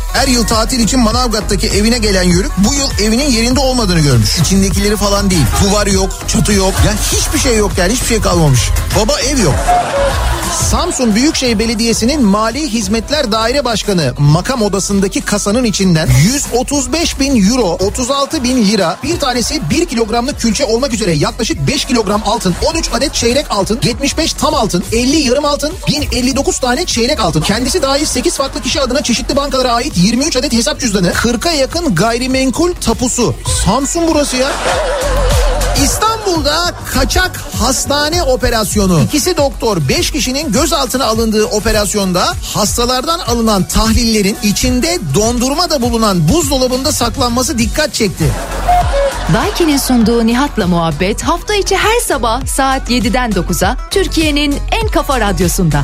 Her yıl tatil için Manavgat'taki evine gelen Yörük bu yıl evinin yerinde olmadığını görmüş. İçindekileri falan değil. Duvar yok, çatı yok. Ya hiçbir şey yok yani, hiçbir şey kalmamış. Baba ev yok. Samsun Büyükşehir Belediyesi'nin Mali Hizmetler Daire Başkanı makam odasındaki kasanın içinden 135.000 euro, 36.000 lira, bir tanesi 1 kilogramlık külçe olmak üzere yaklaşık 5 kilogram altın, 13 adet çeyrek altın, 75 tam altın, 50 yarım altın, 1059 tane çeyrek altın, kendisi dahil 8 farklı kişi adına çeşitli bankalara ait 23 adet hesap cüzdanı, 40'a yakın gayrimenkul tapusu. Samsun burası ya. İstanbul'da kaçak hastane operasyonu. 2 doktor 5 kişinin gözaltına alındığı operasyonda hastalardan alınan tahlillerin içinde dondurma da bulunan buzdolabında saklanması dikkat çekti. Daiki'nin sunduğu Nihat'la Muhabbet hafta içi her sabah saat 7'den 9'a Türkiye'nin en kafa radyosunda.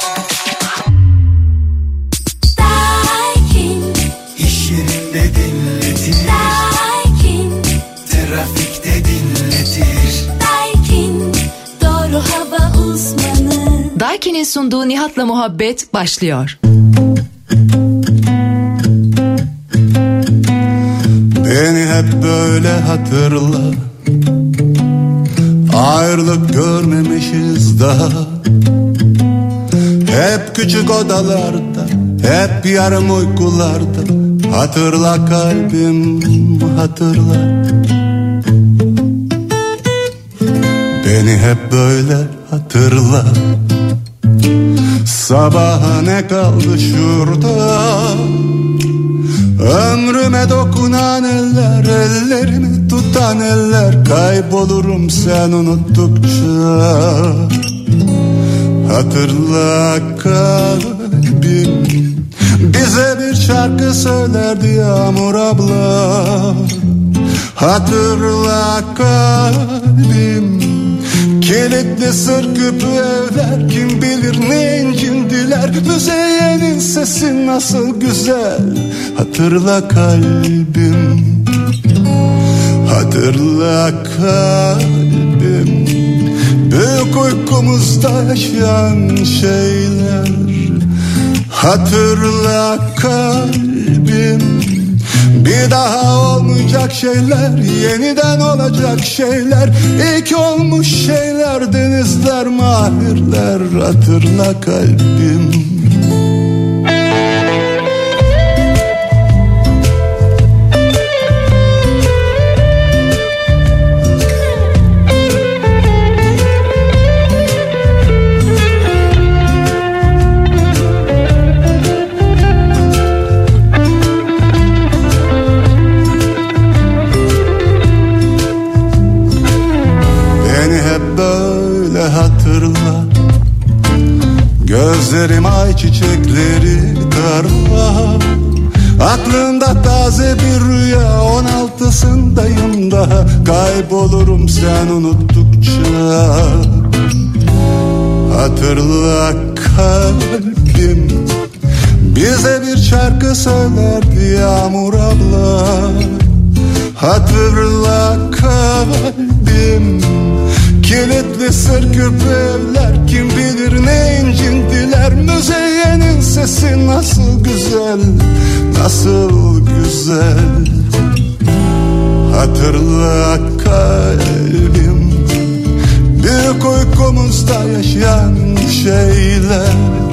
Daikin, iş yerinde dinletir. Daikin, trafikte dinletir. Daikin, doğru hava uzmanı. Daiki'nin sunduğu Nihat'la Muhabbet başlıyor. Beni hep böyle hatırla, ayrılık görmemişiz daha. Hep küçük odalarda, hep yarım uykularda. Hatırla kalbim, hatırla. Beni hep böyle hatırla. Sabaha ne kaldı şurada? Ömrüme dokunan eller, ellerimi tutan eller. Kaybolurum sen unuttukça. Hatırla kalbim, bize bir şarkı söylerdi Yağmur abla. Hatırla kalbim, kilitli sır küpü evler, kim bilir ne incindiler. Müzeyyenin sesi nasıl güzel. Hatırla kalbim, hatırla kalbim, büyük uykumuzda yaşayan şeyler. Hatırla kalbim, bir daha olmayacak şeyler, yeniden olacak şeyler. İlk olmuş şeyler, denizler, mahirler. Hatırla kalbim. Gözlerim ay çiçekleri tarla. Aklımda taze bir rüya, 16'sındayım daha. Kaybolurum sen unuttukça. Hatırla kalbim, bize bir şarkı söylerdi Yağmur abla. Hatırla kalbim, kilitli sır küpü evler, kim bilir ne incindiler. Müzeyyenin sesi nasıl güzel, nasıl güzel. Hatırla kalbim, büyük uykumuzda yaşayan şeyler.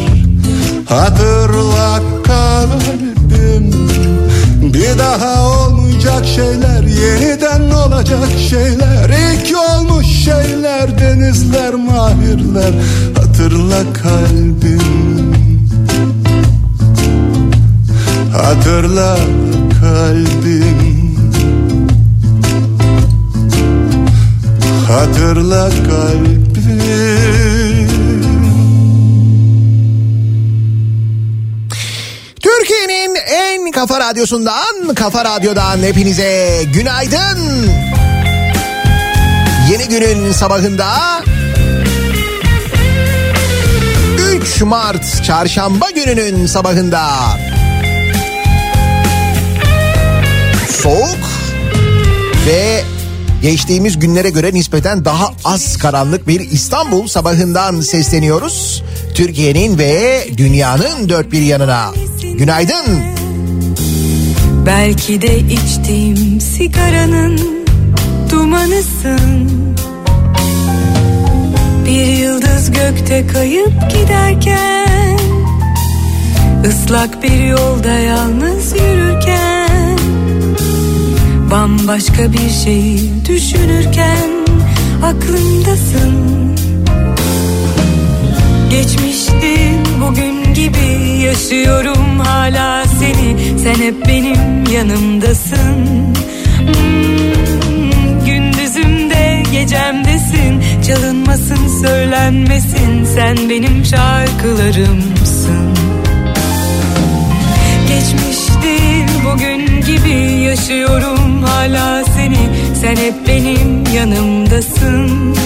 Hatırla kalbim, bir daha olmayacak şeyler, yeniden olacak şeyler. İlk olmuş şeyler, denizler, mahirler. Hatırla kalbim, hatırla kalbim, hatırla kalbim. Türkiye'nin en kafa radyosundan, Kafa Radyo'dan hepinize günaydın. Yeni günün sabahında 3 Mart Çarşamba gününün sabahında soğuk ve geçtiğimiz günlere göre nispeten daha az karanlık bir İstanbul sabahından sesleniyoruz. Türkiye'nin ve dünyanın dört bir yanına. Günaydın. Belki de içtiğim sigaranın dumanısın. Bir yıldız gökte kayıp giderken, ıslak bir yolda yalnız yürürken, bambaşka bir şeyi düşünürken aklımdasın. Geçmiştin bugün gibi yaşıyorum hala seni. Sen hep benim yanımdasın. Gündüzümde gecemdesin. Çalınmasın söylenmesin, sen benim şarkılarımsın. Geçmiştin bugün gibi yaşıyorum hala seni. Sen hep benim yanımdasın.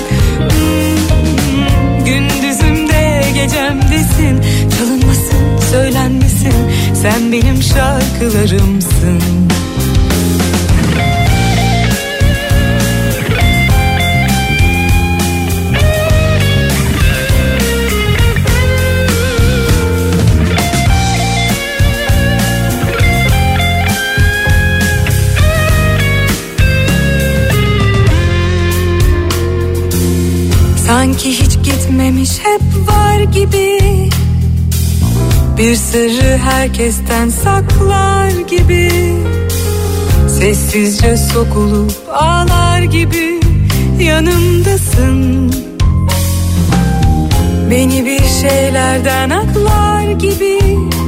Gündüzümde gecemdesin. Çalınmasın söylenmesin, sen benim şarkılarımsın. Sanki hiç gitmemiş, hep var gibi. Bir sırrı herkesten saklar gibi. Sessizce sokulup ağlar gibi yanımdasın. Beni bir şeylerden aklar gibi.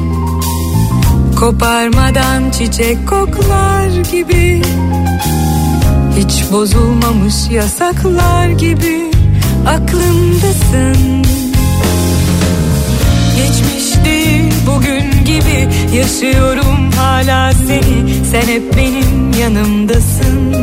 Koparmadan çiçek koklar gibi. Hiç bozulmamış yasaklar gibi aklımdasın. Geçmişti bugün gibi yaşıyorum hala seni. Sen hep benim yanımdasın.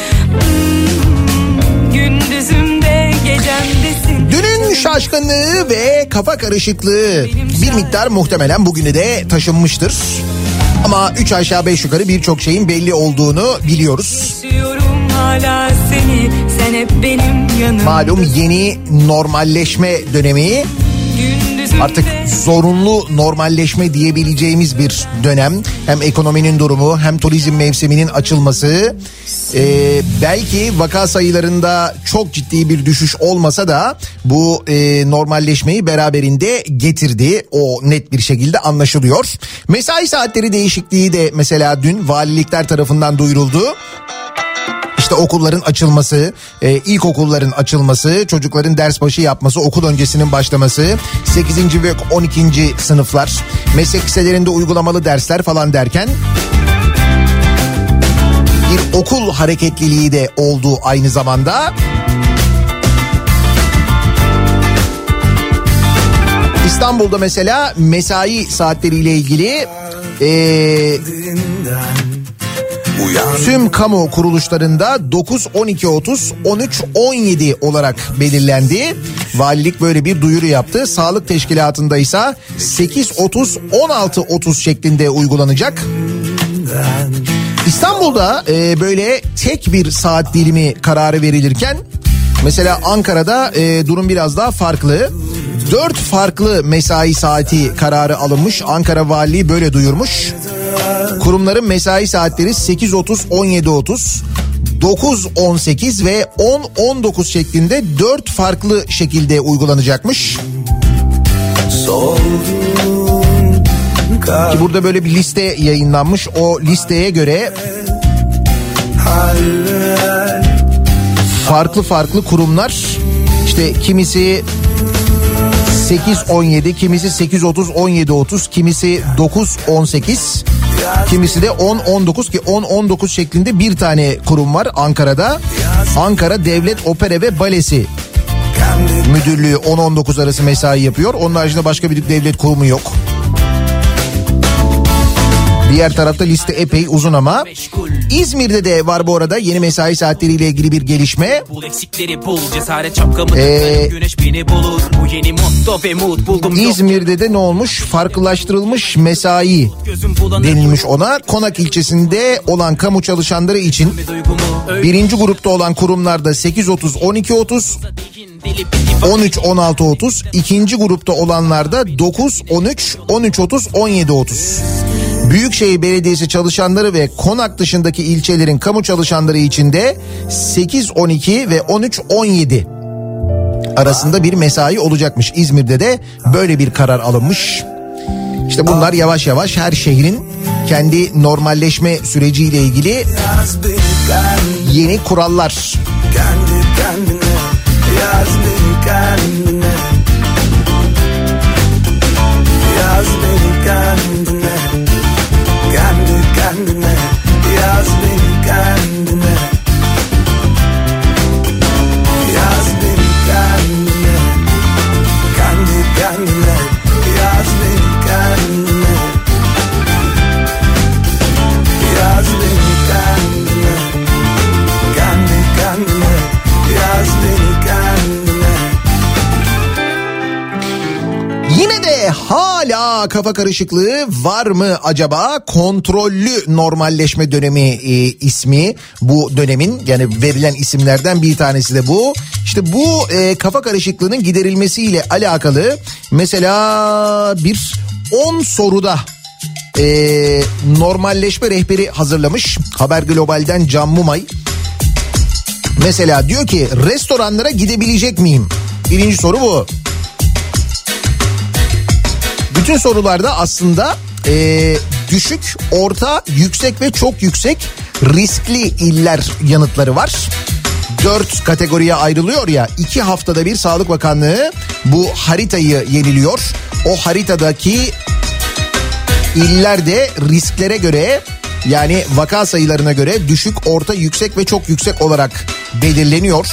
Gündüzümde gecemdesin. Dünün şaşkınlığı ve kafa karışıklığı bir miktar muhtemelen bugüne de taşınmıştır. Ama 3 aşağı 5 yukarı birçok şeyin belli olduğunu biliyoruz. Hala seni, sen hep benim yanımda. Malum yeni normalleşme dönemi, artık zorunlu normalleşme diyebileceğimiz bir dönem. Hem ekonominin durumu hem turizm mevsiminin açılması, belki vaka sayılarında çok ciddi bir düşüş olmasa da bu normalleşmeyi beraberinde getirdi. O net bir şekilde anlaşılıyor. Mesai saatleri değişikliği de mesela dün valilikler tarafından duyuruldu. İşte okulların açılması, ilkokulların açılması, çocukların ders başı yapması, okul öncesinin başlaması, 8. ve 12. sınıflar, meslek liselerinde uygulamalı dersler falan derken bir okul hareketliliği de oldu aynı zamanda. İstanbul'da mesela mesai saatleriyle ilgili tüm kamu kuruluşlarında 9-12-30, 13-17 olarak belirlendi. Valilik böyle bir duyuru yaptı. Sağlık teşkilatında ise 8-30-16-30 şeklinde uygulanacak. İstanbul'da böyle tek bir saat dilimi kararı verilirken mesela Ankara'da durum biraz daha farklı. 4 farklı mesai saati kararı alınmış. Ankara Valiliği böyle duyurmuş. Kurumların mesai saatleri 8.30-17.30, 9.18 ve 10.19 şeklinde 4 farklı şekilde uygulanacakmış. Ki burada böyle bir liste yayınlanmış. O listeye göre farklı kurumlar, işte kimisi 8-17, kimisi 8.30-17.30, kimisi 9-18, kimisi de 10-19 ki 10-19 şeklinde bir tane kurum var Ankara'da. Ankara Devlet Opera ve Balesi Müdürlüğü 10-19 arası mesai yapıyor. Onun haricinde başka bir devlet kurumu yok. Diğer tarafta liste epey uzun ama. İzmir'de de var bu arada yeni mesai saatleriyle ilgili bir gelişme. İzmir'de de ne olmuş? Farklılaştırılmış mesai denilmiş ona. Konak ilçesinde olan kamu çalışanları için birinci grupta olan kurumlarda 8.30-12.30, 13-16.30, ikinci grupta olanlarda 9-13, 13.30, 17.30. Büyükşehir Belediyesi çalışanları ve Konak dışındaki ilçelerin kamu çalışanları için de 8-12 ve 13-17 arasında bir mesai olacakmış. İzmir'de de böyle bir karar alınmış. İşte bunlar yavaş yavaş her şehrin kendi normalleşme süreciyle ilgili yeni kurallar. Kendi kendine yaz beni kendine, yaz beni kendine, kendi kendine yaz beni kendine, yaz beni kendine, kendi kendine yaz beni kendine, yaz beni kendine, kendi kendine yaz beni kendine. Yine de hala kafa karışıklığı var mı acaba? Kontrollü normalleşme dönemi ismi bu dönemin, yani verilen isimlerden bir tanesi de bu. İşte bu kafa karışıklığının giderilmesiyle alakalı mesela bir 10 soruda normalleşme rehberi hazırlamış Haber Global'den Can Mumay. Mesela diyor ki restoranlara gidebilecek miyim? Birinci soru bu. Bütün sorularda aslında düşük, orta, yüksek ve çok yüksek riskli iller yanıtları var. 4 kategoriye ayrılıyor ya, 2 haftada bir Sağlık Bakanlığı bu haritayı yeniliyor. O haritadaki iller de risklere göre, yani vaka sayılarına göre düşük, orta, yüksek ve çok yüksek olarak belirleniyor.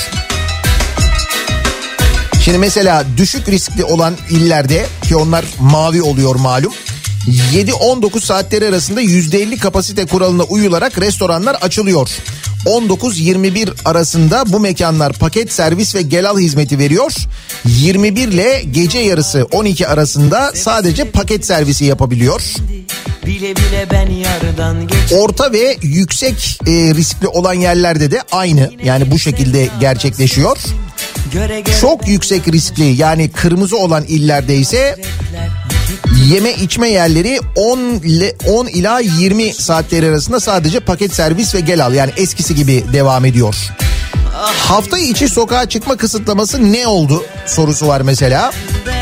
Şimdi mesela düşük riskli olan illerde, ki onlar mavi oluyor malum, 7-19 saatleri arasında %50 kapasite kuralına uyularak restoranlar açılıyor. 19-21 arasında bu mekanlar paket servis ve gel al hizmeti veriyor. 21 ile gece yarısı 12 arasında sadece paket servisi yapabiliyor. Bile bile ben yardan geçtim. Orta ve yüksek riskli olan yerlerde de aynı, yani bu şekilde gerçekleşiyor. Çok yüksek riskli, yani kırmızı olan illerde ise yeme içme yerleri 10 ila 20 saatleri arasında sadece paket servis ve gel al, yani eskisi gibi devam ediyor. Hafta içi sokağa çıkma kısıtlaması ne oldu sorusu var mesela.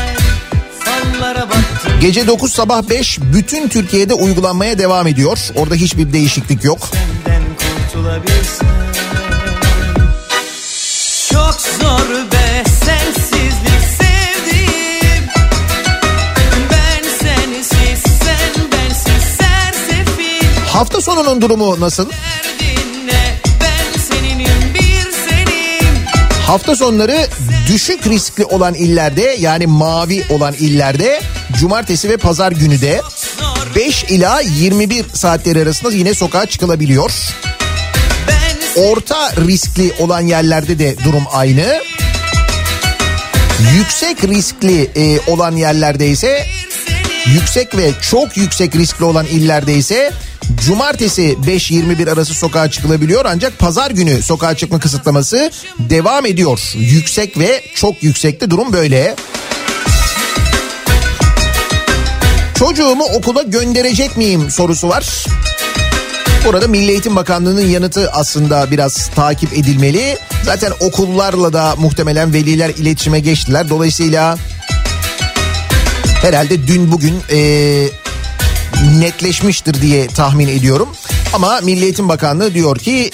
Gece 9 sabah 5 bütün Türkiye'de uygulanmaya devam ediyor. Orada hiçbir değişiklik yok. Çok zor be sensizlik sevdim. Ben sensiz, sen bensiz sersefil. Hafta sonunun durumu nasıl? Ben seninim bir senin. Hafta sonları düşük riskli olan illerde, yani mavi olan illerde cumartesi ve pazar günü de 5 ila 21 saatleri arasında yine sokağa çıkılabiliyor. Orta riskli olan yerlerde de durum aynı. Yüksek riskli olan yerlerde ise, yüksek ve çok yüksek riskli olan illerde ise cumartesi 5-21 arası sokağa çıkılabiliyor, ancak pazar günü sokağa çıkma kısıtlaması devam ediyor. Yüksek ve çok yüksekte durum böyle. Çocuğumu okula gönderecek miyim sorusu var. Burada Milli Eğitim Bakanlığı'nın yanıtı aslında biraz takip edilmeli. Zaten okullarla da muhtemelen veliler iletişime geçtiler. Dolayısıyla herhalde dün bugün netleşmiştir diye tahmin ediyorum. Ama Milli Eğitim Bakanlığı diyor ki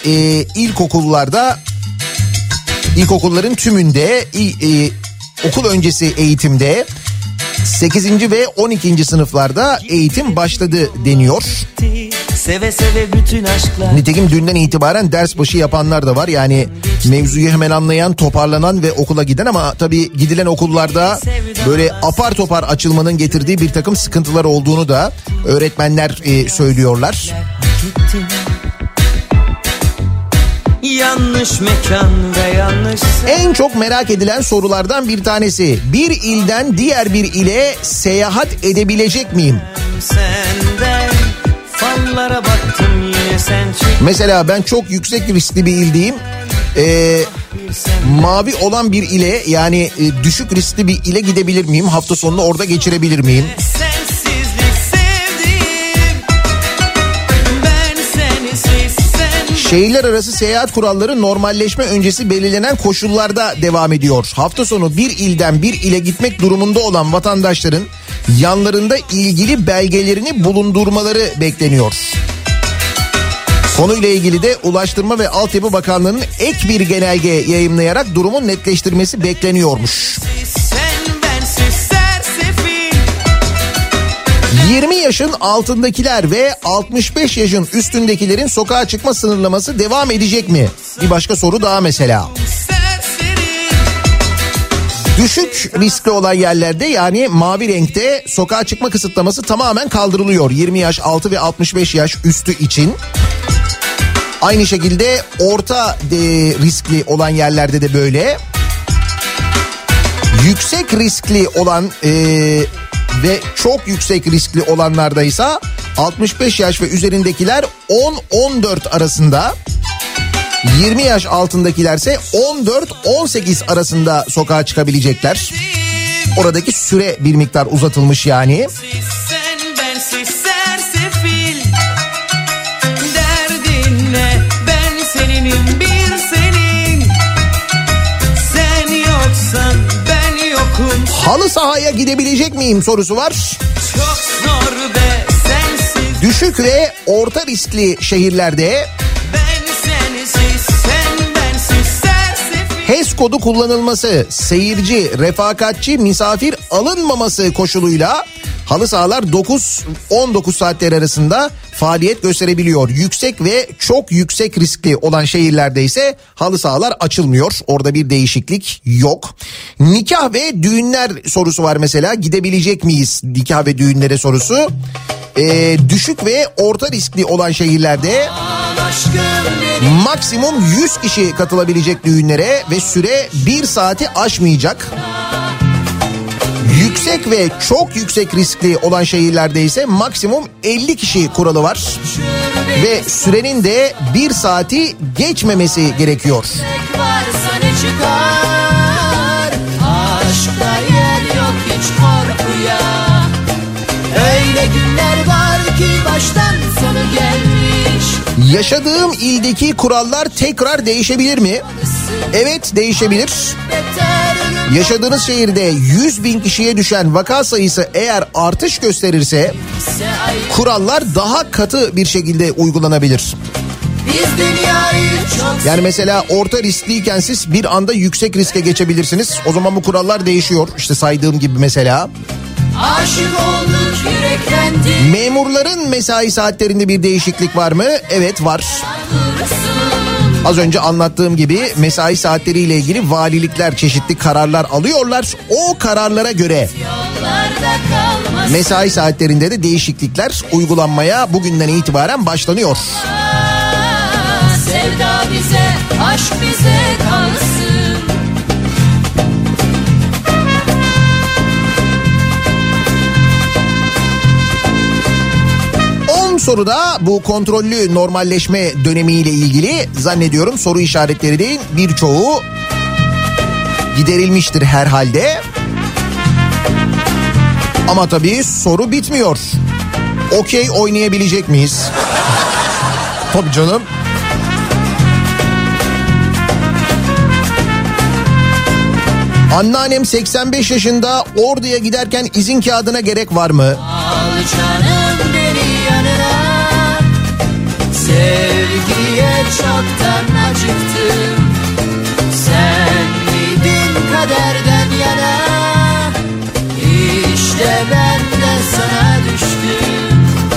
ilkokulların tümünde okul öncesi eğitimde 8. ve 12. sınıflarda eğitim başladı deniyor. Seve seve bütün aşklar. Nitekim dünden itibaren ders başı yapanlar da var. Yani mevzuyu hemen anlayan, toparlanan ve okula giden, ama tabii gidilen okullarda böyle apar topar açılmanın getirdiği bir takım sıkıntılar olduğunu da öğretmenler söylüyorlar. Yanlış mekan ve yanlış En çok merak edilen sorulardan bir tanesi: bir ilden diğer bir ile seyahat edebilecek miyim? senden fallara baktım yine sen çık. Mesela ben çok yüksek riskli bir ildeyim. Mavi olan bir ile, yani düşük riskli bir ile gidebilir miyim? Hafta sonunu orada geçirebilir miyim? Sensizlik sevdim. Şehirler arası seyahat kuralları normalleşme öncesi belirlenen koşullarda devam ediyor. Hafta sonu bir ilden bir ile gitmek durumunda olan vatandaşların yanlarında ilgili belgelerini bulundurmaları bekleniyor. Konuyla ilgili de Ulaştırma ve Altyapı Bakanlığı'nın ek bir genelge yayımlayarak durumun netleştirmesi bekleniyormuş. 20 yaşın altındakiler ve 65 yaşın üstündekilerin sokağa çıkma sınırlaması devam edecek mi? Bir başka soru daha mesela. Düşük riskli olan yerlerde, yani mavi renkte, sokağa çıkma kısıtlaması tamamen kaldırılıyor 20 yaş altı ve 65 yaş üstü için. Aynı şekilde orta riskli olan yerlerde de böyle. Yüksek riskli olan ve çok yüksek riskli olanlarda ise 65 yaş ve üzerindekiler 10-14 arasında, 20 yaş altındakilerse 14-18 arasında sokağa çıkabilecekler. Oradaki süre bir miktar uzatılmış yani. Sen bensiz sersefil, derdin ne? Ben seninim, bir senin. Sen yoksan ben yokum. Halı sahaya gidebilecek miyim sorusu var. Çok zor be sensiz. Düşük ve orta riskli şehirlerde HES kodu kullanılması, seyirci, refakatçi, misafir alınmaması koşuluyla halı sahalar 9-19 saatler arasında faaliyet gösterebiliyor. Yüksek ve çok yüksek riskli olan şehirlerde ise halı sahalar açılmıyor. Orada bir değişiklik yok. Nikah ve düğünler sorusu var mesela. Gidebilecek miyiz nikah ve düğünlere sorusu. Düşük ve orta riskli olan şehirlerde maksimum 100 kişi katılabilecek düğünlere ve süre 1 saati aşmayacak. Yüksek ve çok yüksek riskli olan şehirlerde ise maksimum 50 kişi kuralı var. Ve sürenin de 1 saati geçmemesi gerekiyor. Aşkta yer yok hiç korkuya. Öyle günler var ki baştan sonu gelmiş. Yaşadığım ildeki kurallar tekrar değişebilir mi? Evet, değişebilir. Yaşadığınız şehirde 100 bin kişiye düşen vaka sayısı eğer artış gösterirse kurallar daha katı bir şekilde uygulanabilir. Yani mesela orta riskliyken siz bir anda yüksek riske geçebilirsiniz. O zaman bu kurallar değişiyor. İşte saydığım gibi mesela. Aşık olduk, yüreklendik. Memurların mesai saatlerinde bir değişiklik var mı? Evet, var. Az önce anlattığım gibi mesai saatleriyle ilgili valilikler çeşitli kararlar alıyorlar. O kararlara göre mesai saatlerinde de değişiklikler uygulanmaya bugünden itibaren başlanıyor. Sevda bize, aşk bize kalsın. Soruda bu kontrollü normalleşme dönemiyle ilgili zannediyorum soru işaretlerinin birçoğu giderilmiştir herhalde. Ama tabii soru bitmiyor. Okey oynayabilecek miyiz? Tabii canım. Anneannem 85 yaşında, Ordu'ya giderken izin kağıdına gerek var mı? Al canım beni yanına. Sevgiye çoktan acıktım. Sen miydin kaderden yana? İşte ben de sana düştüm.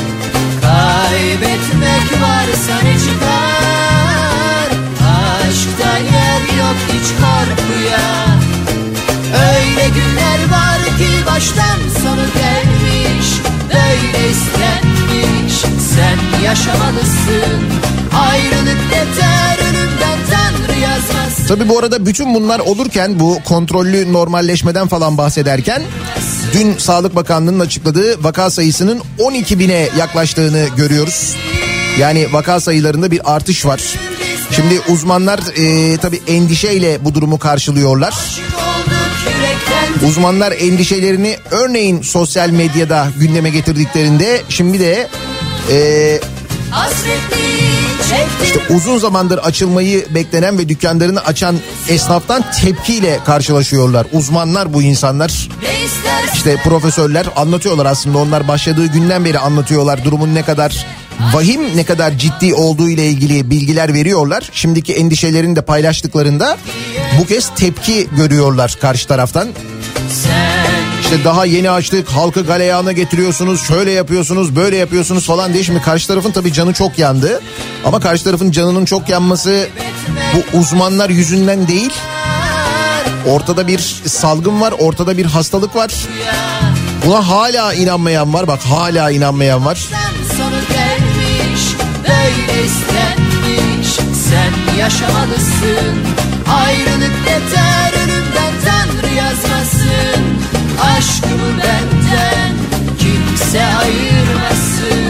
Kaybetmek varsa ne çıkar? Aşkta yer yok hiç korkuya. Öyle günler var ki baştan sonu gelmiş. Böyle istenmiş. Sen yaşamalısın. Ayrılık yeter, ölümden Tanrı yazmasın. Tabii bu arada bütün bunlar olurken, bu kontrollü normalleşmeden falan bahsederken, dün Sağlık Bakanlığı'nın açıkladığı vaka sayısının 12 bine yaklaştığını görüyoruz. Yani vaka sayılarında bir artış var. Şimdi uzmanlar tabii endişeyle bu durumu karşılıyorlar. Uzmanlar endişelerini örneğin sosyal medyada gündeme getirdiklerinde şimdi de İşte uzun zamandır açılmayı beklenen ve dükkanlarını açan esnaftan tepkiyle karşılaşıyorlar. Uzmanlar bu insanlar. İşte profesörler anlatıyorlar aslında, onlar başladığı günden beri anlatıyorlar durumun ne kadar vahim, ne kadar ciddi olduğu ile ilgili bilgiler veriyorlar. Şimdiki endişelerini de paylaştıklarında bu kez tepki görüyorlar karşı taraftan. İşte daha yeni açtık, halkı galeyana getiriyorsunuz, şöyle yapıyorsunuz, böyle yapıyorsunuz falan diye. Şimdi karşı tarafın tabii canı çok yandı. Ama karşı tarafın canının çok yanması bu uzmanlar yüzünden değil. Ortada bir salgın var, ortada bir hastalık var. Buna hala inanmayan var, bak hala inanmayan var. Sonu gelmiş, böyle istenmiş. Sen yaşamalısın, ayrılık yeter, ölümden Tanrı yazmasın. Aşkımı benden kimse ayırmasın.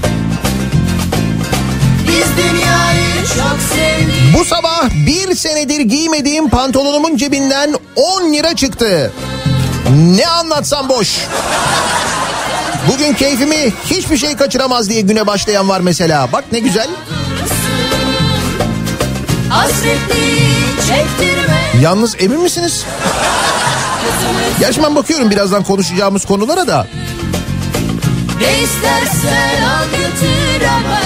Biz dünyayı çok sevdik. Bu sabah bir senedir giymediğim pantolonumun cebinden 10 lira çıktı. Ne anlatsam boş. Bugün keyfimi hiçbir şey kaçıramaz diye güne başlayan var mesela. Bak ne güzel. Yalnız emin misiniz? Gerçi ben bakıyorum birazdan konuşacağımız konulara da. Ne istersen al götür ama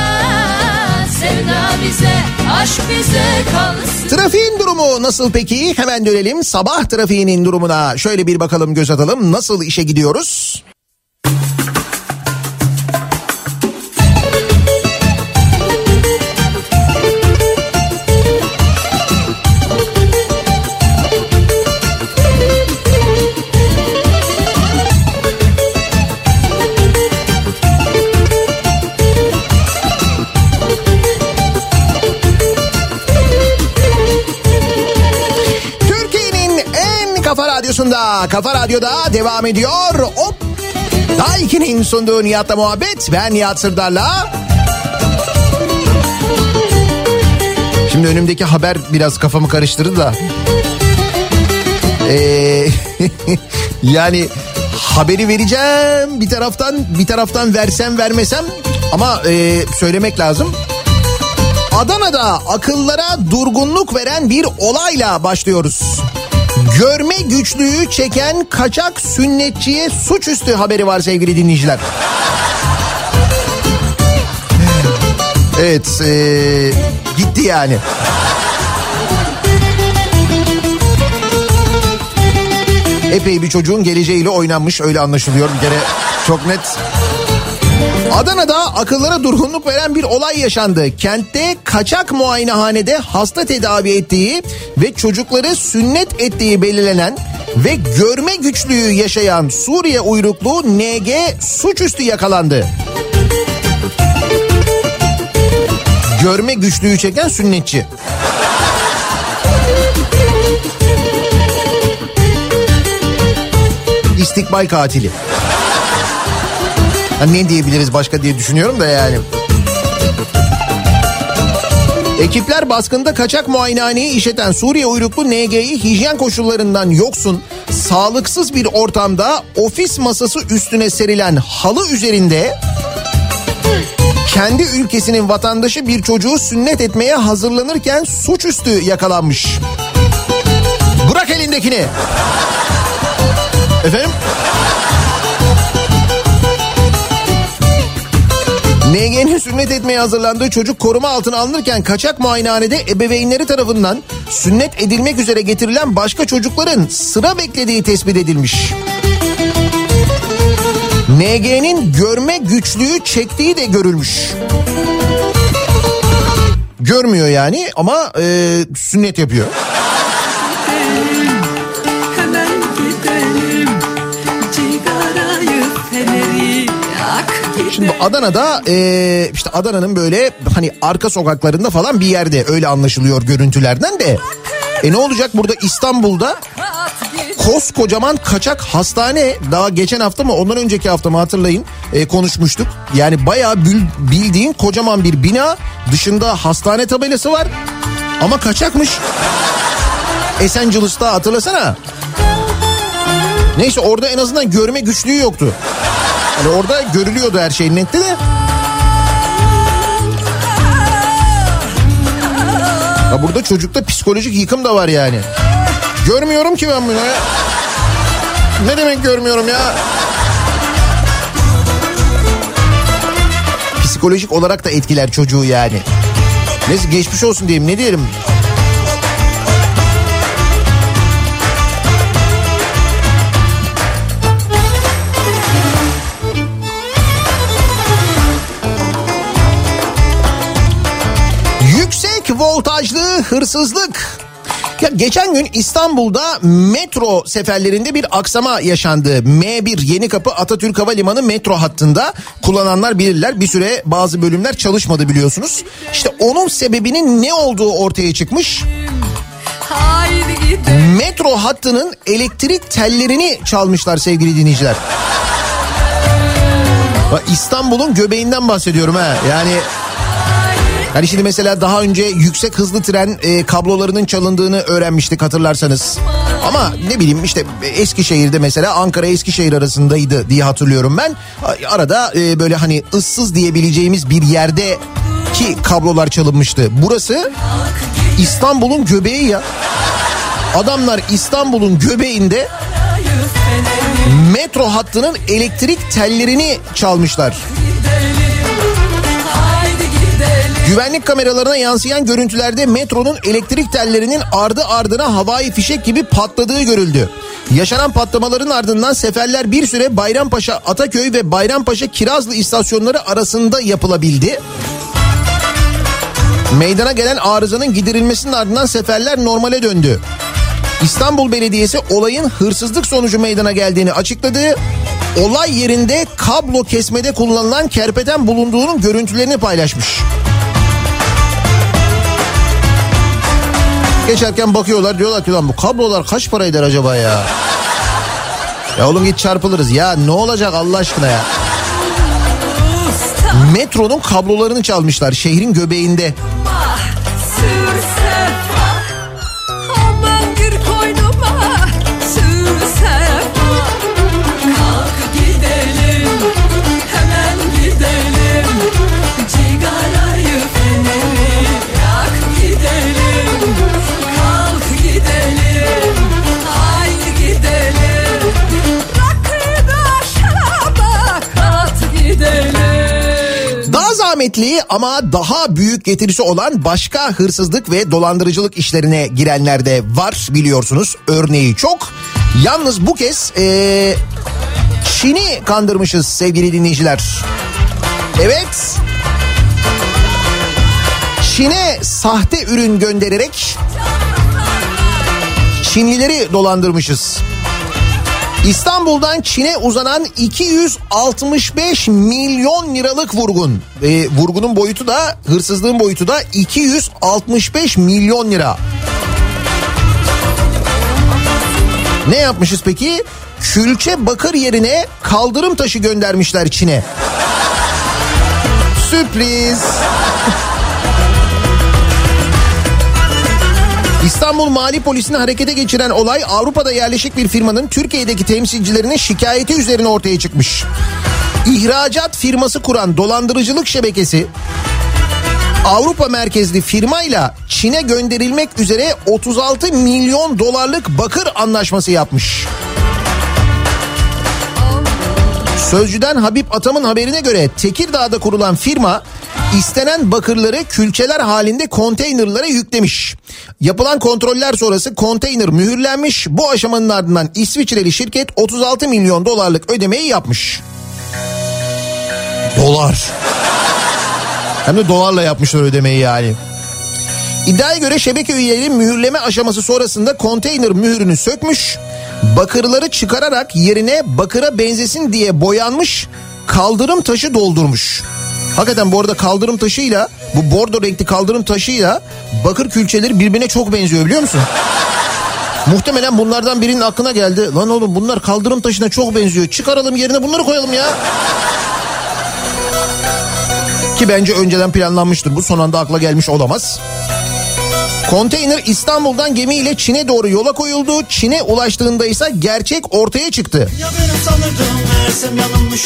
sevda bize, aşk bize kalsın. Trafiğin durumu nasıl peki? Hemen dönelim sabah trafiğinin durumuna. Şöyle bir bakalım, göz atalım. Nasıl işe gidiyoruz? Kafa Radyo'da devam ediyor. Hop. Daiki'nin sunduğu Nihat'la muhabbet. Ben Nihat Sırdar'la. Şimdi önümdeki haber biraz kafamı karıştırdı da. Yani haberi vereceğim bir taraftan versem vermesem ama söylemek lazım. Adana'da akıllara durgunluk veren bir olayla başlıyoruz. Görme güçlüğü çeken kaçak sünnetçiye suçüstü haberi var sevgili dinleyiciler. Evet, gitti yani. Epey bir çocuğun geleceğiyle oynanmış, öyle anlaşılıyor bir kere, çok net. Adana'da akıllara durgunluk veren bir olay yaşandı. Kentte kaçak muayenehanede hasta tedavi ettiği ve çocukları sünnet ettiği belirlenen ve görme güçlüğü yaşayan Suriye uyruklu NG suçüstü yakalandı. Görme güçlüğü çeken sünnetçi. İstikbal katili. Ne diyebiliriz başka diye düşünüyorum da yani. Ekipler baskında kaçak muayenehaneyi işleten Suriye uyruklu NG'yi hijyen koşullarından yoksun, sağlıksız bir ortamda ofis masası üstüne serilen halı üzerinde kendi ülkesinin vatandaşı bir çocuğu sünnet etmeye hazırlanırken suçüstü yakalanmış. Bırak elindekini. Efendim? NG'nin sünnet etmeye hazırlandığı çocuk koruma altına alınırken kaçak muayenehanede ebeveynleri tarafından sünnet edilmek üzere getirilen başka çocukların sıra beklediği tespit edilmiş. NG'nin görme güçlüğü çektiği de görülmüş. Görmüyor yani ama sünnet yapıyor. Şimdi Adana'da işte Adana'nın böyle hani arka sokaklarında falan bir yerde, öyle anlaşılıyor görüntülerden de. Ne olacak burada İstanbul'da koskocaman kaçak hastane, daha geçen hafta mı ondan önceki hafta mı hatırlayın konuşmuştuk. Yani bayağı bildiğin kocaman bir bina, dışında hastane tabelası var ama kaçakmış. Esencilis'ta hatırlasana. Neyse orada en azından görme güçlüğü yoktu. Yani orada görülüyordu her şey nette de. Ya burada çocukta psikolojik yıkım da var yani. Görmüyorum ki ben bunu ya. Ne demek görmüyorum ya? Psikolojik olarak da etkiler çocuğu yani. Neyse geçmiş olsun diyeyim, ne diyelim. Yüksek voltajlı hırsızlık. Ya geçen gün İstanbul'da metro seferlerinde bir aksama yaşandı. M1 Yenikapı Atatürk Havalimanı metro hattında kullananlar bilirler. Bir süre bazı bölümler çalışmadı biliyorsunuz. İşte onun sebebinin ne olduğu ortaya çıkmış. Metro hattının elektrik tellerini çalmışlar sevgili dinleyiciler. İstanbul'un göbeğinden bahsediyorum ha. Yani şimdi mesela daha önce yüksek hızlı tren kablolarının çalındığını öğrenmiştik hatırlarsanız. Ama ne bileyim işte Eskişehir'de mesela Ankara Eskişehir arasındaydı diye hatırlıyorum ben. Arada böyle hani ıssız diyebileceğimiz bir yerde ki kablolar çalınmıştı. Burası İstanbul'un göbeği ya. Adamlar İstanbul'un göbeğinde metro hattının elektrik tellerini çalmışlar. Güvenlik kameralarına yansıyan görüntülerde metronun elektrik tellerinin ardı ardına havai fişek gibi patladığı görüldü. Yaşanan patlamaların ardından seferler bir süre Bayrampaşa, Ataköy ve Bayrampaşa Kirazlı istasyonları arasında yapılabildi. Meydana gelen arızanın giderilmesinin ardından seferler normale döndü. İstanbul Belediyesi olayın hırsızlık sonucu meydana geldiğini açıkladı. Olay yerinde kablo kesmede kullanılan kerpeten bulunduğunun görüntülerini paylaşmış. Geçerken bakıyorlar, diyorlar ki lan bu kablolar kaç para eder acaba ya? Ya oğlum git çarpılırız ya, ne olacak Allah aşkına ya? Metronun kablolarını çalmışlar şehrin göbeğinde. Zahmetli ama daha büyük getirisi olan başka hırsızlık ve dolandırıcılık işlerine girenler de var biliyorsunuz. Örneği çok. Yalnız bu kez Çin'i kandırmışız sevgili dinleyiciler. Evet. Çin'e sahte ürün göndererek Çinlileri dolandırmışız. İstanbul'dan Çin'e uzanan 265 milyon liralık vurgun. Vurgunun boyutu da, hırsızlığın boyutu da 265 milyon lira. Ne yapmışız peki? Külçe bakır yerine kaldırım taşı göndermişler Çin'e. Sürpriz. İstanbul Mali Polisi'ni harekete geçiren olay Avrupa'da yerleşik bir firmanın Türkiye'deki temsilcilerinin şikayeti üzerine ortaya çıkmış. İhracat firması kuran dolandırıcılık şebekesi Avrupa merkezli firmayla Çin'e gönderilmek üzere 36 milyon dolarlık bakır anlaşması yapmış. Sözcüden Habib Atam'ın haberine göre Tekirdağ'da kurulan firma istenen bakırları külçeler halinde konteynerlara yüklemiş. Yapılan kontroller sonrası konteyner mühürlenmiş. Bu aşamanın ardından İsviçreli şirket 36 milyon dolarlık ödemeyi yapmış. Dolar. Hem de dolarla yapmışlar ödemeyi yani. İddiaya göre şebeke üyeleri mühürleme aşaması sonrasında konteyner mühürünü sökmüş. Bakırları çıkararak yerine bakıra benzesin diye boyanmış, kaldırım taşı doldurmuş. Hakikaten bu arada kaldırım taşıyla, bu bordo renkli kaldırım taşıyla bakır külçeleri birbirine çok benziyor biliyor musun? Muhtemelen bunlardan birinin aklına geldi. Lan oğlum bunlar kaldırım taşına çok benziyor. Çıkaralım yerine bunları koyalım ya. Ki bence önceden planlanmıştır bu, son anda akla gelmiş olamaz. Konteyner İstanbul'dan gemiyle Çin'e doğru yola koyuldu. Çin'e ulaştığında ise gerçek ortaya çıktı.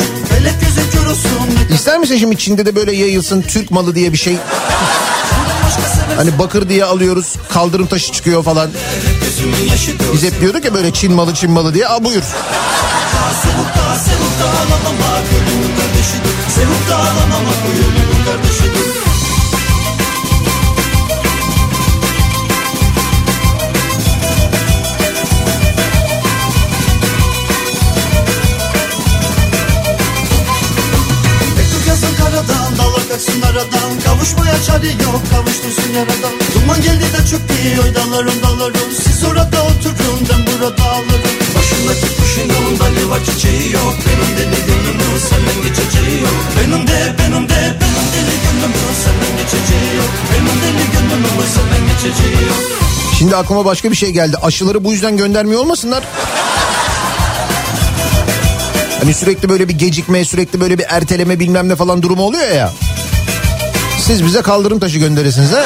İster misin şimdi Çin'de de böyle yayılsın Türk malı diye bir şey? Hani bakır diye alıyoruz, kaldırım taşı çıkıyor falan. Biz hep diyorduk ya böyle Çin malı diye. Aa buyur. Kalksın aradan, kavuşmaya çare yok, kavuştursun yaradan. Duman geldi de çöktü dallarım. Siz orada oturun, ben burada alırım. Başındaki kuşun yolunda ne var çiçeği yok. Benim deli gönlümün senden geçeceği yok. Benim deli gönlümün senden geçeceği yok. Benim deli gönlümün senden geçeceği yok. Şimdi aklıma başka bir şey geldi. Aşıları bu yüzden göndermiyor olmasınlar? Hani sürekli böyle bir gecikme, sürekli böyle bir erteleme bilmem ne falan durumu oluyor ya. Siz bize kaldırım taşı gönderirsiniz ha?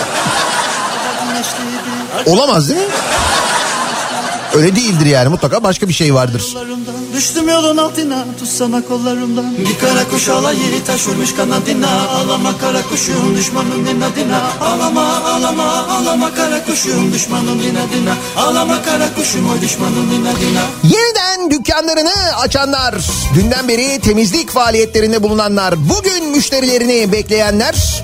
Olamaz değil mi? Öyle değildir yani, mutlaka başka bir şey vardır. Düştüm yolun altına, tutsana kollarımdan. Bir kara kuş alayı taş vurmuş kanadına. Ağlama kara kuşum, düşmanın dinadina. Ağlama kara kuşum, düşmanın dinadina. Ağlama kara kuşum, o düşmanın dinadina. Yeniden dükkanlarını açanlar, dünden beri temizlik faaliyetlerinde bulunanlar, bugün müşterilerini bekleyenler,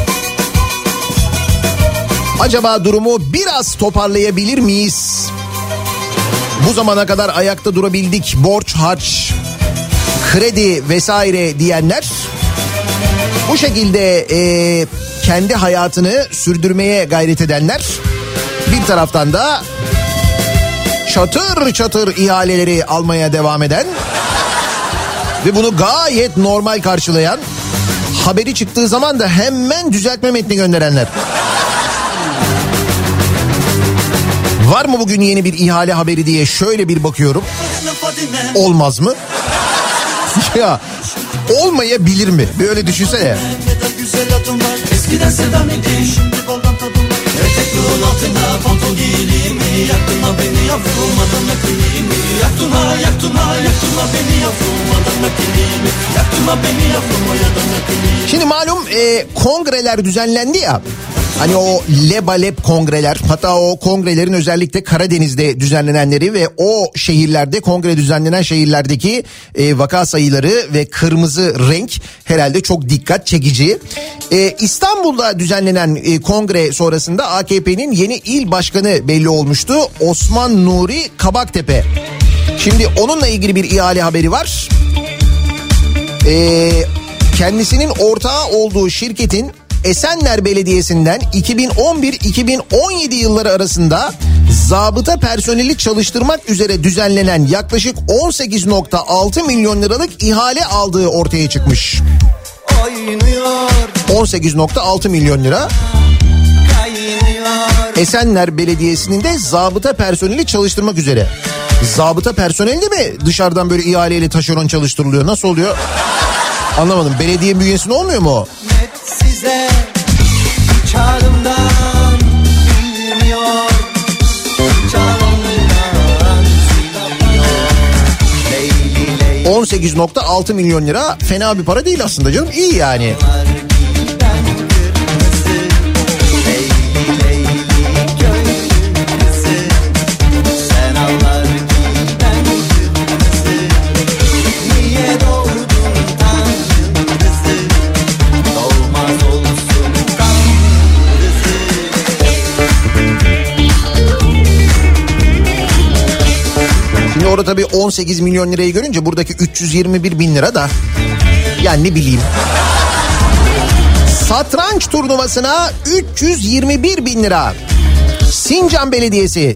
acaba durumu biraz toparlayabilir miyiz? Bu zamana kadar ayakta durabildik, borç, harç, kredi vesaire diyenler, bu şekilde kendi hayatını sürdürmeye gayret edenler, bir taraftan da çatır çatır ihaleleri almaya devam eden ve bunu gayet normal karşılayan, haberi çıktığı zaman da hemen düzeltme metni gönderenler. Var mı bugün yeni bir ihale haberi diye şöyle bir bakıyorum. Olmaz mı? Ya olmayabilir mi? Böyle düşünsene. Eskiden sedan idi, şimdi baldan tadım var. Etek yol altında pantol giyili mi? Yaktın beni yavrumadan nakili mi? Yaktın beni yavrumadan nakili mi? Yaktın beni yavrumadan nakili mi? Şimdi malum kongreler düzenlendi ya. Hani o lebalep kongreler, hatta o kongrelerin özellikle Karadeniz'de düzenlenenleri ve o şehirlerde, kongre düzenlenen şehirlerdeki vaka sayıları ve kırmızı renk herhalde çok dikkat çekici. İstanbul'da düzenlenen kongre sonrasında AKP'nin yeni il başkanı belli olmuştu. Osman Nuri Kabaktepe. Şimdi onunla ilgili bir ihale haberi var. Kendisinin ortağı olduğu şirketin Esenler Belediyesi'nden 2011-2017 yılları arasında zabıta personeli çalıştırmak üzere düzenlenen yaklaşık 18.6 milyon liralık ihale aldığı ortaya çıkmış. 18.6 milyon lira. Esenler Belediyesi'nin de zabıta personeli çalıştırmak üzere. Zabıta personeli de mi dışarıdan böyle ihaleyle taşeron çalıştırılıyor? Nasıl oluyor? Anlamadım. Belediye bünyesinde olmuyor mu o? Size çağrımdan bilmiyor, çağrımdan 18.6 milyon lira fena bir para değil aslında canım. İyi yani. Orada tabii 18 milyon lirayı görünce buradaki 321 bin lira da yani ne bileyim. Satranç turnuvasına 321 bin lira. Sincan Belediyesi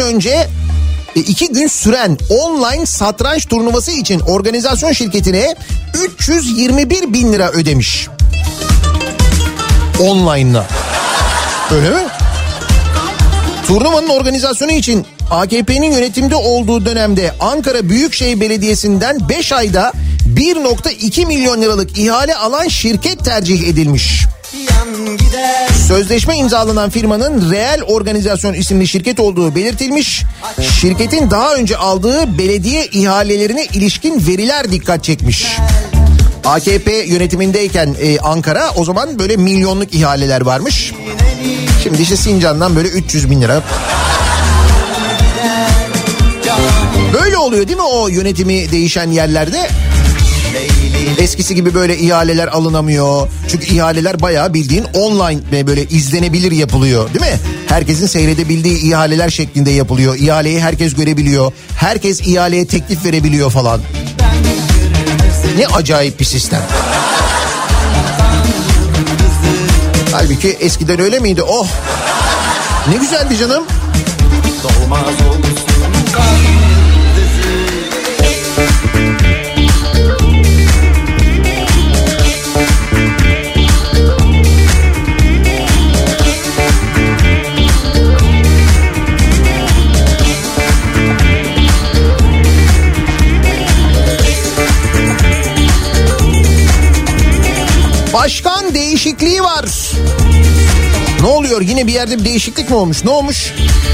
2 gün süren online satranç turnuvası için organizasyon şirketine 321 bin lira ödemiş. Online'la. Öyle mi? Turnuvanın organizasyonu için AKP'nin yönetimde olduğu dönemde Ankara Büyükşehir Belediyesi'nden 5 ayda 1.2 milyon liralık ihale alan şirket tercih edilmiş. Sözleşme imzalanan firmanın Real Organizasyon isimli şirket olduğu belirtilmiş. Şirketin daha önce aldığı belediye ihalelerine ilişkin veriler dikkat çekmiş. AKP yönetimindeyken Ankara, o zaman böyle milyonluk ihaleler varmış. Şimdi işte Sincan'dan böyle 300 bin lira. Böyle oluyor değil mi o yönetimi değişen yerlerde? Eskisi gibi böyle ihaleler alınamıyor. Çünkü ihaleler bayağı bildiğin online ve böyle izlenebilir yapılıyor değil mi? Herkesin seyredebildiği ihaleler şeklinde yapılıyor. İhaleyi herkes görebiliyor. Herkes ihaleye teklif verebiliyor falan. Ne acayip bir sistem. Halbuki eskiden öyle miydi? Oh! Ne güzeldi canım. Dolmaz olsun. Başkan değişikliği var. Ne oluyor? Yine bir yerde bir değişiklik mi olmuş? Ne olmuş?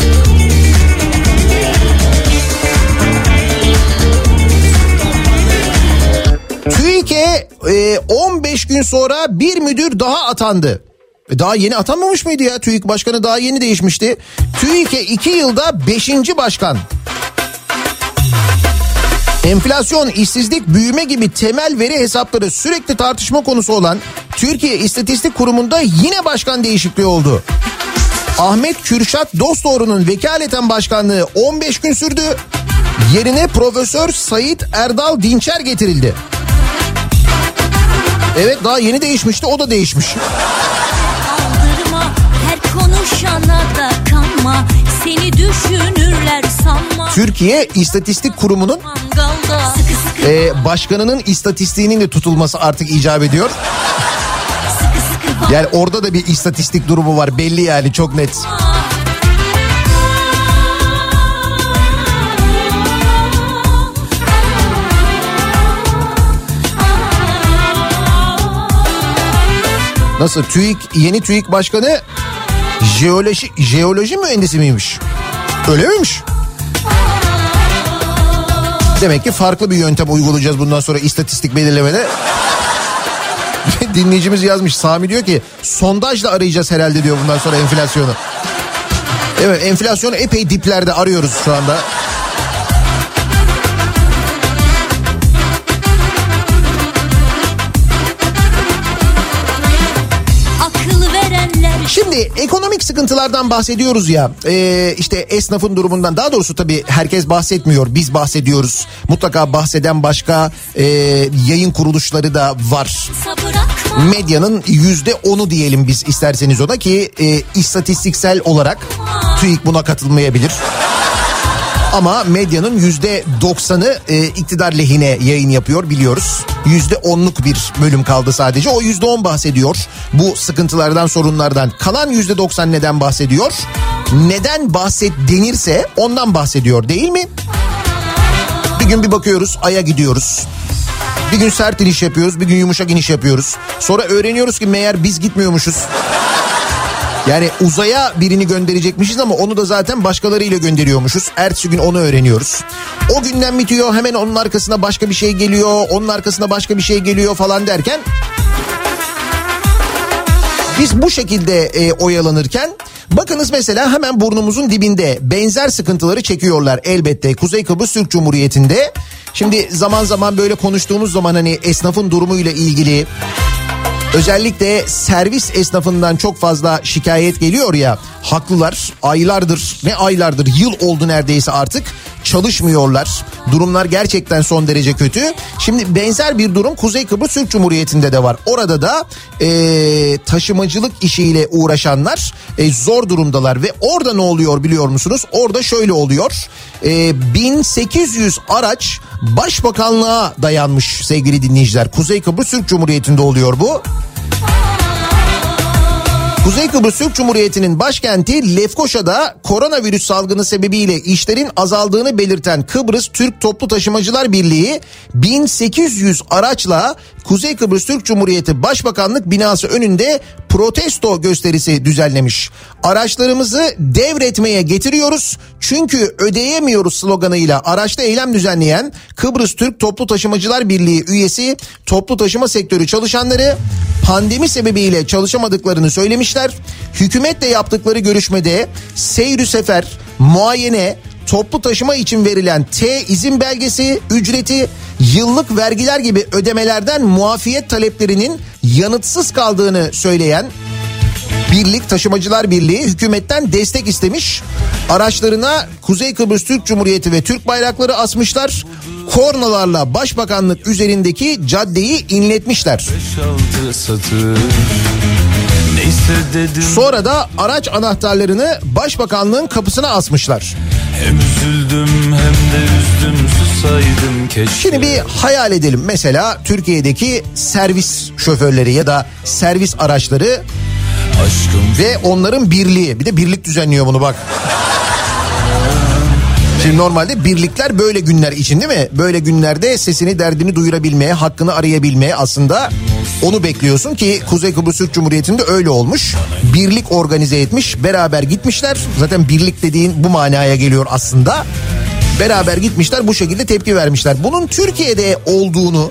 TÜİK'e 15 gün sonra bir müdür daha atandı. Daha yeni atanmamış mıydı ya? TÜİK başkanı daha yeni değişmişti. TÜİK'e 2 yılda 5. başkan. Enflasyon, işsizlik, büyüme gibi temel veri hesapları sürekli tartışma konusu olan Türkiye İstatistik Kurumu'nda yine başkan değişikliği oldu. Ahmet Kürşat Dostoğru'nun vekaleten başkanlığı 15 gün sürdü. Yerine Profesör Sait Erdal Dinçer getirildi. Evet, daha yeni değişmişti, o da değişmiş. Aldırma, her konuşana da kanma, seni düşünürler sanma. Türkiye İstatistik Kurumu'nun başkanının istatistiğinin de tutulması artık icap ediyor. Yani orada da bir istatistik durumu var belli, yani çok net. Nasıl, TÜİK, yeni TÜİK başkanı jeoloji mühendisi miymiş? Öyle miymiş? Demek ki farklı bir yöntem uygulayacağız bundan sonra istatistik belirlemede. Dinleyicimiz yazmış, Sami diyor ki sondajla arayacağız herhalde diyor bundan sonra enflasyonu. Evet, enflasyonu epey diplerde arıyoruz şu anda. Şimdi ekonomik sıkıntılardan bahsediyoruz ya, işte esnafın durumundan, daha doğrusu tabii herkes bahsetmiyor, biz bahsediyoruz. Mutlaka bahseden başka yayın kuruluşları da var. Medyanın %10'u diyelim biz isterseniz ona, ki istatistiksel olarak TÜİK buna katılmayabilir. Ama medyanın %90'ı iktidar lehine yayın yapıyor, biliyoruz. %10'luk bir bölüm kaldı sadece. O %10 bahsediyor bu sıkıntılardan, sorunlardan. Kalan %90 neden bahsediyor? Neden bahset denirse ondan bahsediyor, değil mi? Bir gün bir bakıyoruz, Ay'a gidiyoruz. Bir gün sert iniş yapıyoruz, bir gün yumuşak iniş yapıyoruz. Sonra öğreniyoruz ki meğer biz gitmiyormuşuz. Yani uzaya birini gönderecekmişiz ama onu da zaten başkalarıyla gönderiyormuşuz. Ertesi gün onu öğreniyoruz. O günden bitiyor, hemen onun arkasına başka bir şey geliyor, onun arkasına başka bir şey geliyor falan derken... Biz bu şekilde oyalanırken bakınız mesela hemen burnumuzun dibinde benzer sıkıntıları çekiyorlar elbette Kuzey Kıbrıs Türk Cumhuriyeti'nde. Şimdi zaman zaman böyle konuştuğumuz zaman hani esnafın durumuyla ilgili... Özellikle servis esnafından çok fazla şikayet geliyor ya, haklılar, aylardır, ne aylardır, yıl oldu neredeyse artık çalışmıyorlar. Durumlar gerçekten son derece kötü. Şimdi benzer bir durum Kuzey Kıbrıs Türk Cumhuriyeti'nde de var. Orada da taşımacılık işiyle uğraşanlar zor durumdalar ve orada ne oluyor biliyor musunuz? Orada şöyle oluyor. 1800 araç Başbakanlığa dayanmış sevgili dinleyiciler. Kuzey Kıbrıs Türk Cumhuriyeti'nde oluyor bu. Kuzey Kıbrıs Türk Cumhuriyeti'nin başkenti Lefkoşa'da koronavirüs salgını sebebiyle işlerin azaldığını belirten Kıbrıs Türk Toplu Taşımacılar Birliği 1800 araçla Kuzey Kıbrıs Türk Cumhuriyeti Başbakanlık binası önünde protesto gösterisi düzenlemiş. Araçlarımızı devretmeye getiriyoruz çünkü ödeyemiyoruz sloganıyla araçta eylem düzenleyen Kıbrıs Türk Toplu Taşımacılar Birliği üyesi toplu taşıma sektörü çalışanları pandemi sebebiyle çalışamadıklarını söylemişler. Hükümetle yaptıkları görüşmede seyr-ü sefer, muayene, toplu taşıma için verilen T izin belgesi, ücreti, yıllık vergiler gibi ödemelerden muafiyet taleplerinin yanıtsız kaldığını söyleyen Birlik, Taşımacılar Birliği hükümetten destek istemiş. Araçlarına Kuzey Kıbrıs Türk Cumhuriyeti ve Türk bayrakları asmışlar. Kornalarla başbakanlık üzerindeki caddeyi inletmişler. Sonra da araç anahtarlarını başbakanlığın kapısına asmışlar. Hem üzüldüm hem de üzdüm, susaydım keşke. Şimdi bir hayal edelim. Mesela Türkiye'deki servis şoförleri ya da servis araçları aşkım ve onların birliği. Bir de birlik düzenliyor bunu bak. Şimdi normalde birlikler böyle günler için değil mi? Böyle günlerde sesini derdini duyurabilmeye, hakkını arayabilmeye aslında onu bekliyorsun ki Kuzey Kıbrıs Türk Cumhuriyeti'nde öyle olmuş. Birlik organize etmiş, beraber gitmişler. Zaten birlik dediğin bu manaya geliyor aslında. Beraber gitmişler, bu şekilde tepki vermişler. Bunun Türkiye'de olduğunu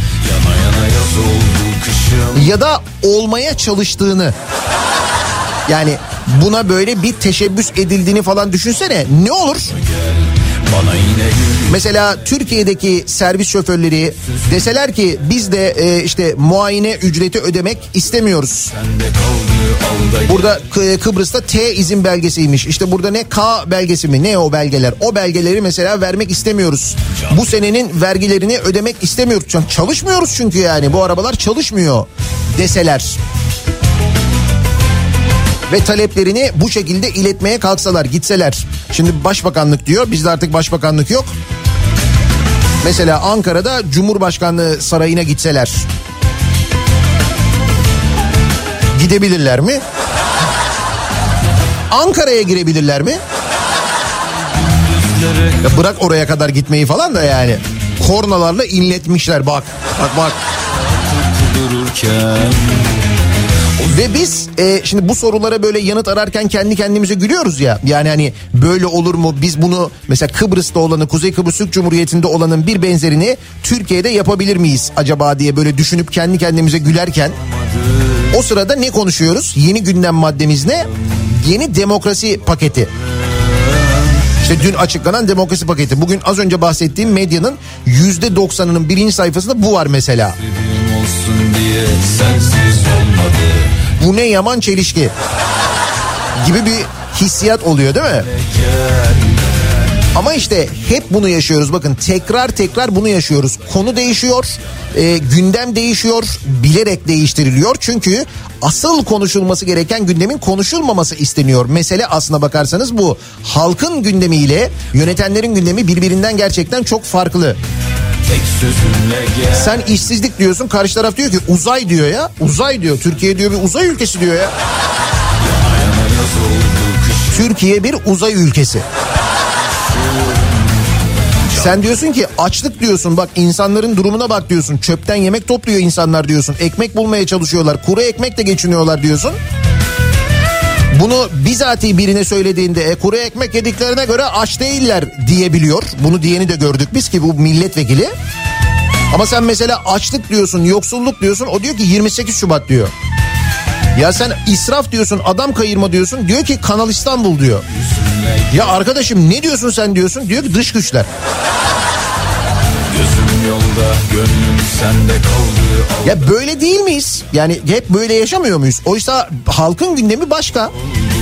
ya da olmaya çalıştığını, yani buna böyle bir teşebbüs edildiğini falan düşünsene, ne olur? Mesela Türkiye'deki servis şoförleri deseler ki biz de işte muayene ücreti ödemek istemiyoruz. Burada Kıbrıs'ta T izin belgesiymiş. İşte burada ne K belgesi mi, ne o belgeler? O belgeleri mesela vermek istemiyoruz. Bu senenin vergilerini ödemek istemiyoruz. Çalışmıyoruz çünkü, yani bu arabalar çalışmıyor deseler. Ve taleplerini bu şekilde iletmeye kalksalar, gitseler. Şimdi başbakanlık diyor, bizde artık başbakanlık yok. Mesela Ankara'da Cumhurbaşkanlığı sarayına gitseler. Gidebilirler mi? Ankara'ya girebilirler mi? Ya bırak oraya kadar gitmeyi falan da yani. Kornalarla inletmişler bak. Bak. Ve biz şimdi bu sorulara böyle yanıt ararken kendi kendimize gülüyoruz ya. Yani hani böyle olur mu? Biz bunu mesela Kıbrıs'ta olanı, Kuzey Kıbrıs Türk Cumhuriyeti'nde olanın bir benzerini Türkiye'de yapabilir miyiz acaba diye böyle düşünüp kendi kendimize gülerken o sırada ne konuşuyoruz? Yeni gündem maddemiz ne? Yeni demokrasi paketi. İşte dün açıklanan demokrasi paketi. Bugün az önce bahsettiğim medyanın %90'ının birinci sayfasında bu var mesela. Diye sensiz olmadı. Bu ne yaman çelişki gibi bir hissiyat oluyor değil mi? Ama işte hep bunu yaşıyoruz. Bakın tekrar bunu yaşıyoruz. Konu değişiyor, gündem değişiyor, bilerek değiştiriliyor. Çünkü asıl konuşulması gereken gündemin konuşulmaması isteniyor. Mesele aslına bakarsanız bu. Halkın gündemiyle yönetenlerin gündemi birbirinden gerçekten çok farklı. Sen işsizlik diyorsun, karşı taraf diyor ki uzay diyor ya. Uzay diyor, Türkiye diyor bir uzay ülkesi diyor ya. Türkiye bir uzay ülkesi. Sen diyorsun ki açlık diyorsun, bak insanların durumuna bak diyorsun. Çöpten yemek topluyor insanlar diyorsun. Ekmek bulmaya çalışıyorlar, kuru ekmekle geçiniyorlar diyorsun. Bunu bizatihi birine söylediğinde kuru ekmek yediklerine göre aç değiller diyebiliyor. Bunu diyeni de gördük biz ki bu milletvekili. Ama sen mesela açlık diyorsun, yoksulluk diyorsun, o diyor ki 28 Şubat diyor. Ya sen israf diyorsun, adam kayırma diyorsun, diyor ki Kanal İstanbul diyor. Ya arkadaşım ne diyorsun sen diyorsun, diyor ki dış güçler. Gözüm yolda, gönlüm sende kaldı. Ya böyle değil miyiz? Yani hep böyle yaşamıyor muyuz? Oysa halkın gündemi başka.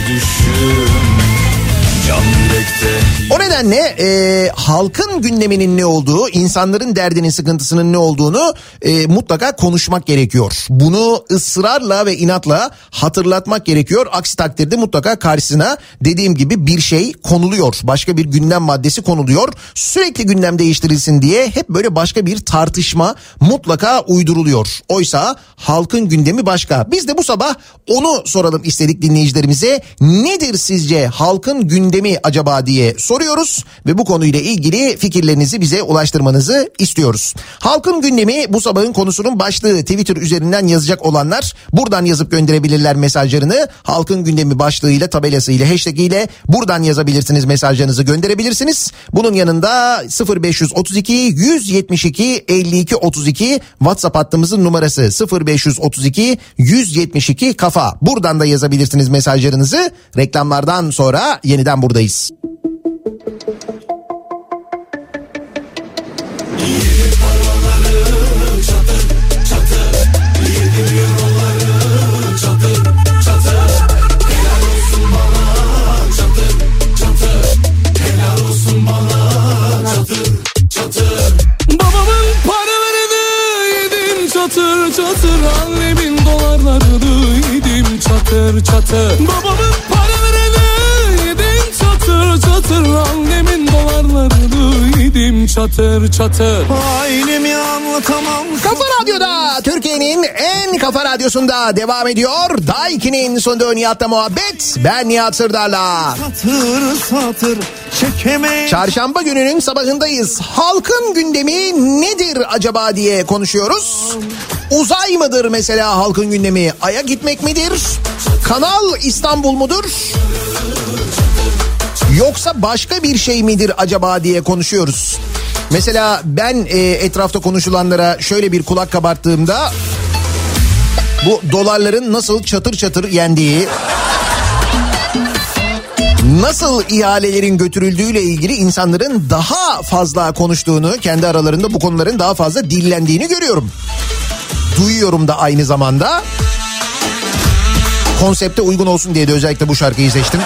O nedenle halkın gündeminin ne olduğu, insanların derdinin, sıkıntısının ne olduğunu mutlaka konuşmak gerekiyor. Bunu ısrarla ve inatla hatırlatmak gerekiyor. Aksi takdirde mutlaka karşısına dediğim gibi bir şey konuluyor. Başka bir gündem maddesi konuluyor. Sürekli gündem değiştirilsin diye hep böyle başka bir tartışma mutlaka uyduruluyor. Oysa halkın gündemi başka. Biz de bu sabah onu soralım istedik dinleyicilerimize. Nedir sizce halkın gündemi gündemi acaba diye soruyoruz ve bu konuyla ilgili fikirlerinizi bize ulaştırmanızı istiyoruz. Halkın gündemi bu sabahın konusunun başlığı. Twitter üzerinden yazacak olanlar buradan yazıp gönderebilirler mesajlarını. Halkın gündemi başlığıyla, tabelasıyla, hashtag ile buradan yazabilirsiniz, mesajlarınızı gönderebilirsiniz. Bunun yanında 0532 172 52 32 WhatsApp hattımızın numarası 0532 172 kafa. Buradan da yazabilirsiniz mesajlarınızı. Reklamlardan sonra yeniden buradayız. Babamın paralarını yedim çatır çatır, annemin dolarlarını yedim çatır çatır. Babamın paralarını yedim çatır çatır, annemin dolarlarını yedim çatır çatır. Ailemi anlatamam. Kafa Radyo'da, Türkiye'nin en kafa radyosunda devam ediyor. Daiki'nin sonunda Nihat'la muhabbet. Ben Nihat Sırdar'la. Satır satır çekemeyim. Çarşamba gününün sabahındayız. Halkın gündemi nedir acaba diye konuşuyoruz. Uzay mıdır mesela halkın gündemi? Ay'a gitmek midir? Kanal İstanbul mudur? Yoksa başka bir şey midir acaba diye konuşuyoruz. Mesela ben etrafta konuşulanlara şöyle bir kulak kabarttığımda bu dolarların nasıl çatır çatır yendiği, nasıl ihalelerin götürüldüğüyle ilgili insanların daha fazla konuştuğunu, kendi aralarında bu konuların daha fazla dillendiğini görüyorum. Duyuyorum da aynı zamanda. Konsepte uygun olsun diye de özellikle bu şarkıyı seçtim.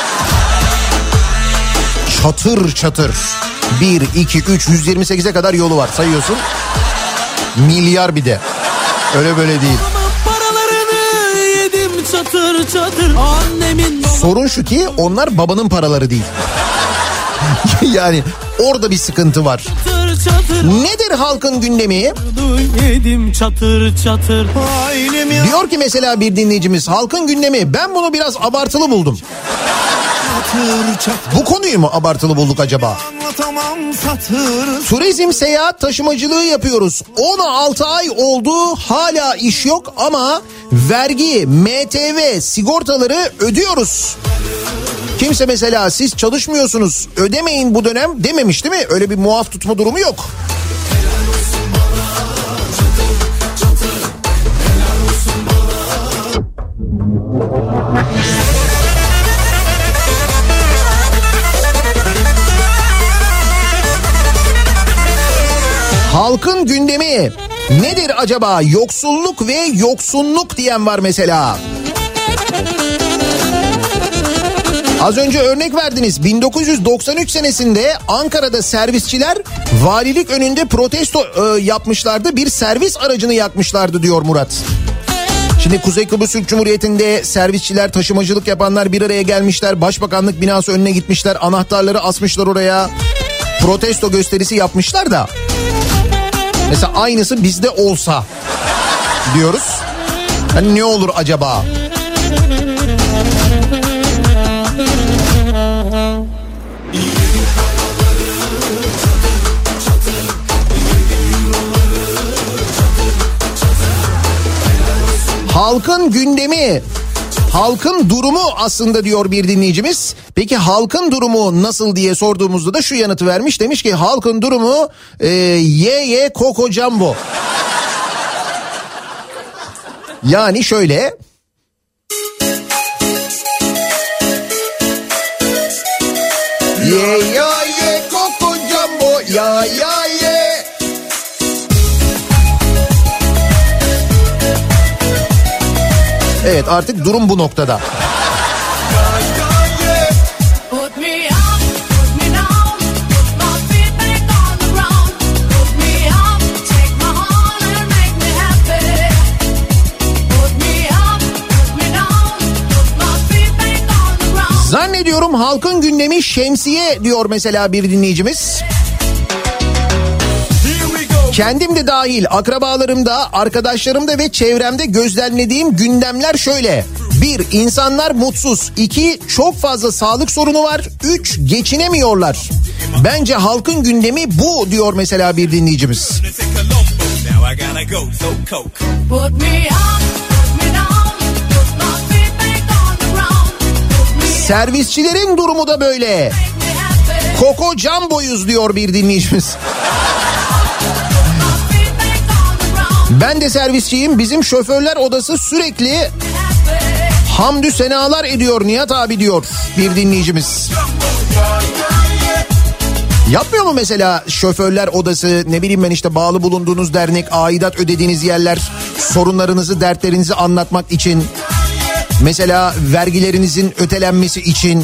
Çatır çatır. 1, 2, 3, 128'e kadar yolu var, sayıyorsun. Milyar bir de. Öyle böyle değil. Paralarını yedim çatır çatır, annemin. Sorun şu ki onlar babanın paraları değil. Yani orada bir sıkıntı var. Çatır çatır. Nedir halkın gündemi? Yedim çatır çatır. Diyor ki mesela bir dinleyicimiz, halkın gündemi, ben bunu biraz abartılı buldum. Bu konuyu mu abartılı bulduk acaba? Turizm, seyahat, taşımacılığı yapıyoruz. 16 ay oldu, hala iş yok ama vergi, MTV, sigortaları ödüyoruz. Kimse mesela siz çalışmıyorsunuz, ödemeyin bu dönem dememiş değil mi? Öyle bir muaf tutma durumu yok. Halkın gündemi nedir acaba? Yoksulluk ve yoksunluk diyen var mesela. Az önce örnek verdiniz. 1993 senesinde Ankara'da servisçiler valilik önünde protesto yapmışlardı. Bir servis aracını yakmışlardı diyor Murat. Şimdi Kuzey Kıbrıs Türk Cumhuriyeti'nde servisçiler, taşımacılık yapanlar bir araya gelmişler. Başbakanlık binası önüne gitmişler. Anahtarları asmışlar oraya. Protesto gösterisi yapmışlar da. Mesela aynısı bizde olsa diyoruz. Hani ne olur acaba? Halkın gündemi, halkın durumu aslında diyor bir dinleyicimiz. Peki halkın durumu nasıl diye sorduğumuzda da şu yanıtı vermiş. Demiş ki halkın durumu ye Coco Jumbo. Yani şöyle. Ye Coco Jumbo ya ye. Evet, artık durum bu noktada. Zannediyorum halkın gündemi şemsiye diyor mesela bir dinleyicimiz. Kendim de dahil akrabalarımda, arkadaşlarımda ve çevremde gözlemlediğim gündemler şöyle. 1. İnsanlar mutsuz. 2. Çok fazla sağlık sorunu var. 3. Geçinemiyorlar. Bence halkın gündemi bu diyor mesela bir dinleyicimiz. Servisçilerin durumu da böyle. Coco Jumbo'yuz diyor bir dinleyicimiz. Ben de servisçiyim. Bizim şoförler odası sürekli hamdü senalar ediyor Nihat abi diyor bir dinleyicimiz. Yapmıyor mu mesela şoförler odası, ne bileyim ben işte bağlı bulunduğunuz dernek, aidat ödediğiniz yerler sorunlarınızı, dertlerinizi anlatmak için, mesela vergilerinizin ötelenmesi için?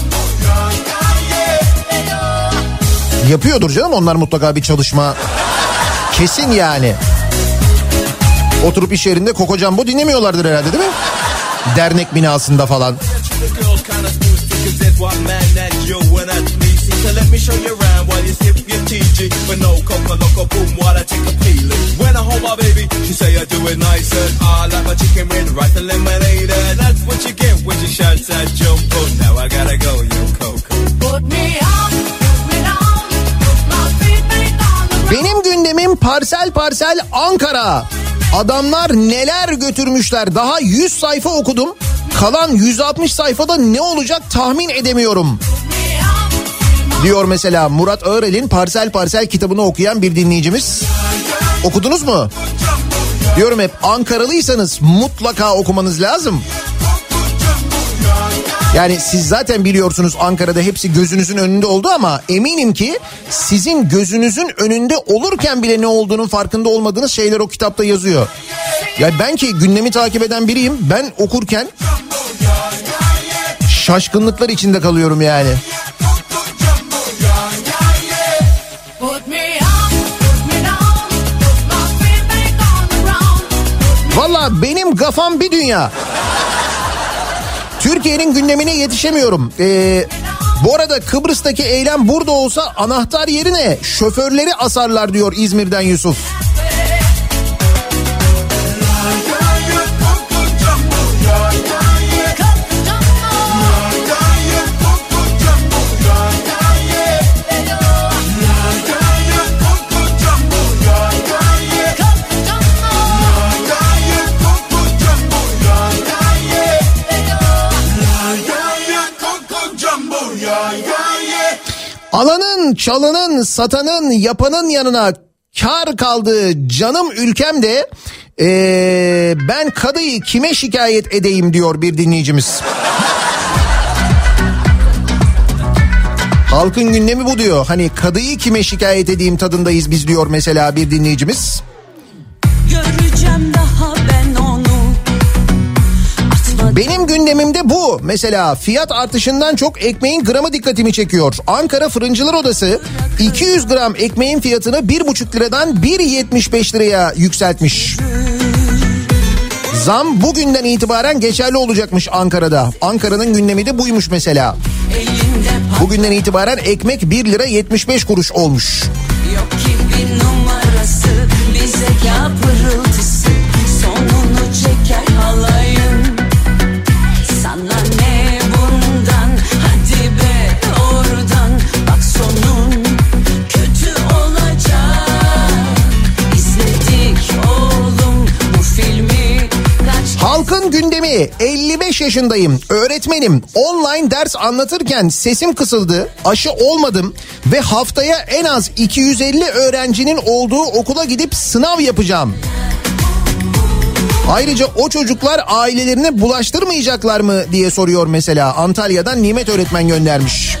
Yapıyordur canım onlar mutlaka bir çalışma. Kesin yani. Oturup iş yerinde Coco Jumbo dinlemiyorlardır herhalde, değil mi? Dernek binasında falan. Benim gündemim parsel parsel Ankara. Adamlar neler götürmüşler. Daha 100 sayfa okudum. Kalan 160 sayfada ne olacak tahmin edemiyorum. Diyor mesela Murat Ağırel'in Parsel Parsel kitabını okuyan bir dinleyicimiz. Okudunuz mu? Diyorum hep, Ankaralıysanız mutlaka okumanız lazım. Yani siz zaten biliyorsunuz Ankara'da hepsi gözünüzün önünde oldu ama eminim ki sizin gözünüzün önünde olurken bile ne olduğunun farkında olmadığınız şeyler o kitapta yazıyor. Ya ben ki gündemi takip eden biriyim, ben okurken şaşkınlıklar içinde kalıyorum yani. Valla benim kafam bir dünya. Türkiye'nin gündemine yetişemiyorum. Bu arada Kıbrıs'taki eylem burada olsa anahtar yerine şoförleri asarlar diyor İzmir'den Yusuf. Alanın, çalının, satanın, yapanın yanına kar kaldığı canım ülkemde ben kadıyı kime şikayet edeyim diyor bir dinleyicimiz. Halkın gündemi bu diyor. Hani kadıyı kime şikayet edeyim tadındayız biz diyor mesela bir dinleyicimiz. Göreceğim daha ben onu. Benim gündemimde bu. Mesela fiyat artışından çok ekmeğin gramı dikkatimi çekiyor. Ankara Fırıncılar Odası 200 gram ekmeğin fiyatını 1,5 liradan 1,75 liraya yükseltmiş. Zam bugünden itibaren geçerli olacakmış Ankara'da. Ankara'nın gündemi de buymuş mesela. Bugünden itibaren ekmek 1 lira 75 kuruş olmuş. Yok ki bir numarası, bir zeka pırıltısı, sonunu çeker halayın. Sana ne bundan, hadi be oradan, bak sonun kötü olacak. İzledik oğlum bu filmi kaç... Halkın gündemi, 55 yaşındayım, öğretmenim, online ders anlatırken sesim kısıldı, aşı olmadım ve haftaya en az 250 öğrencinin olduğu okula gidip sınav yapacağım. Ayrıca o çocuklar ailelerine bulaştırmayacaklar mı diye soruyor mesela. Antalya'dan Nimet öğretmen göndermiş.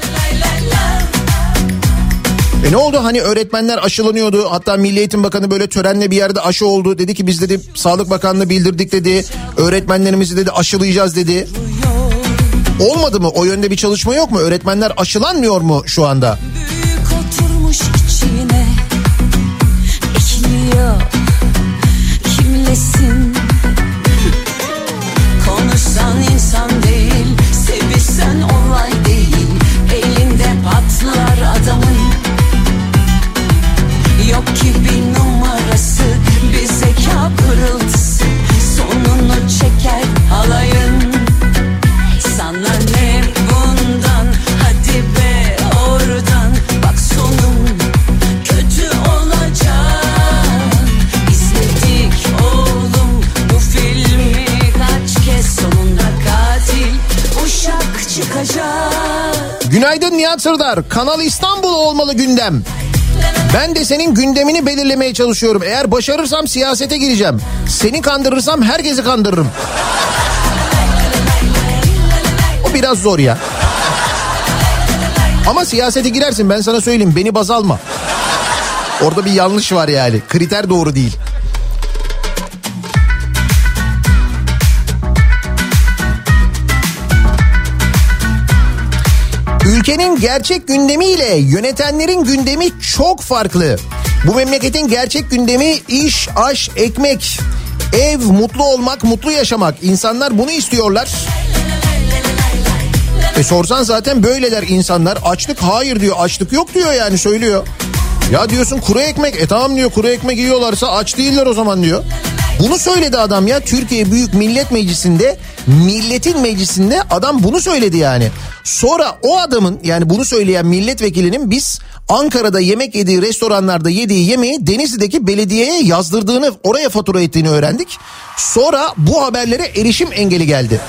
Ne oldu hani öğretmenler aşılanıyordu, hatta Milli Eğitim Bakanı böyle törenle bir yerde aşı oldu, dedi ki biz dedi Sağlık Bakanlığı bildirdik dedi, öğretmenlerimizi dedi aşılayacağız dedi. Olmadı mı, o yönde bir çalışma yok mu, öğretmenler aşılanmıyor mu şu anda? Büyük oturmuş içine ekliyor kimlesin, konuşsan insan değil, sevilsen olay değil, elinde patlar adamın. Yok ki bir numarası, bir zeka pırıltısı, sonunu çeker halayın. Günaydın Nihat Sırdar. Kanal İstanbul olmalı gündem. Ben de senin gündemini belirlemeye çalışıyorum. Eğer başarırsam siyasete gireceğim. Seni kandırırsam herkesi kandırırım. O biraz zor ya. Ama siyasete girersin, ben sana söyleyeyim, beni baz alma. Orada bir yanlış var yani. Kriter doğru değil. Ülkenin gerçek gündemiyle yönetenlerin gündemi çok farklı. Bu memleketin gerçek gündemi iş, aş, ekmek, ev, mutlu olmak, mutlu yaşamak. İnsanlar bunu istiyorlar. Sorsan zaten böyleler insanlar. Açlık hayır diyor, açlık yok diyor, yani söylüyor. Ya diyorsun kuru ekmek, tamam diyor, kuru ekmek yiyorlarsa aç değiller o zaman diyor. Bunu söyledi adam ya, Türkiye Büyük Millet Meclisi'nde, milletin meclisinde adam bunu söyledi yani. Sonra o adamın, yani bunu söyleyen milletvekilinin biz Ankara'da yemek yediği restoranlarda yediği yemeği Denizli'deki belediyeye yazdırdığını, oraya fatura ettiğini öğrendik. Sonra bu haberlere erişim engeli geldi.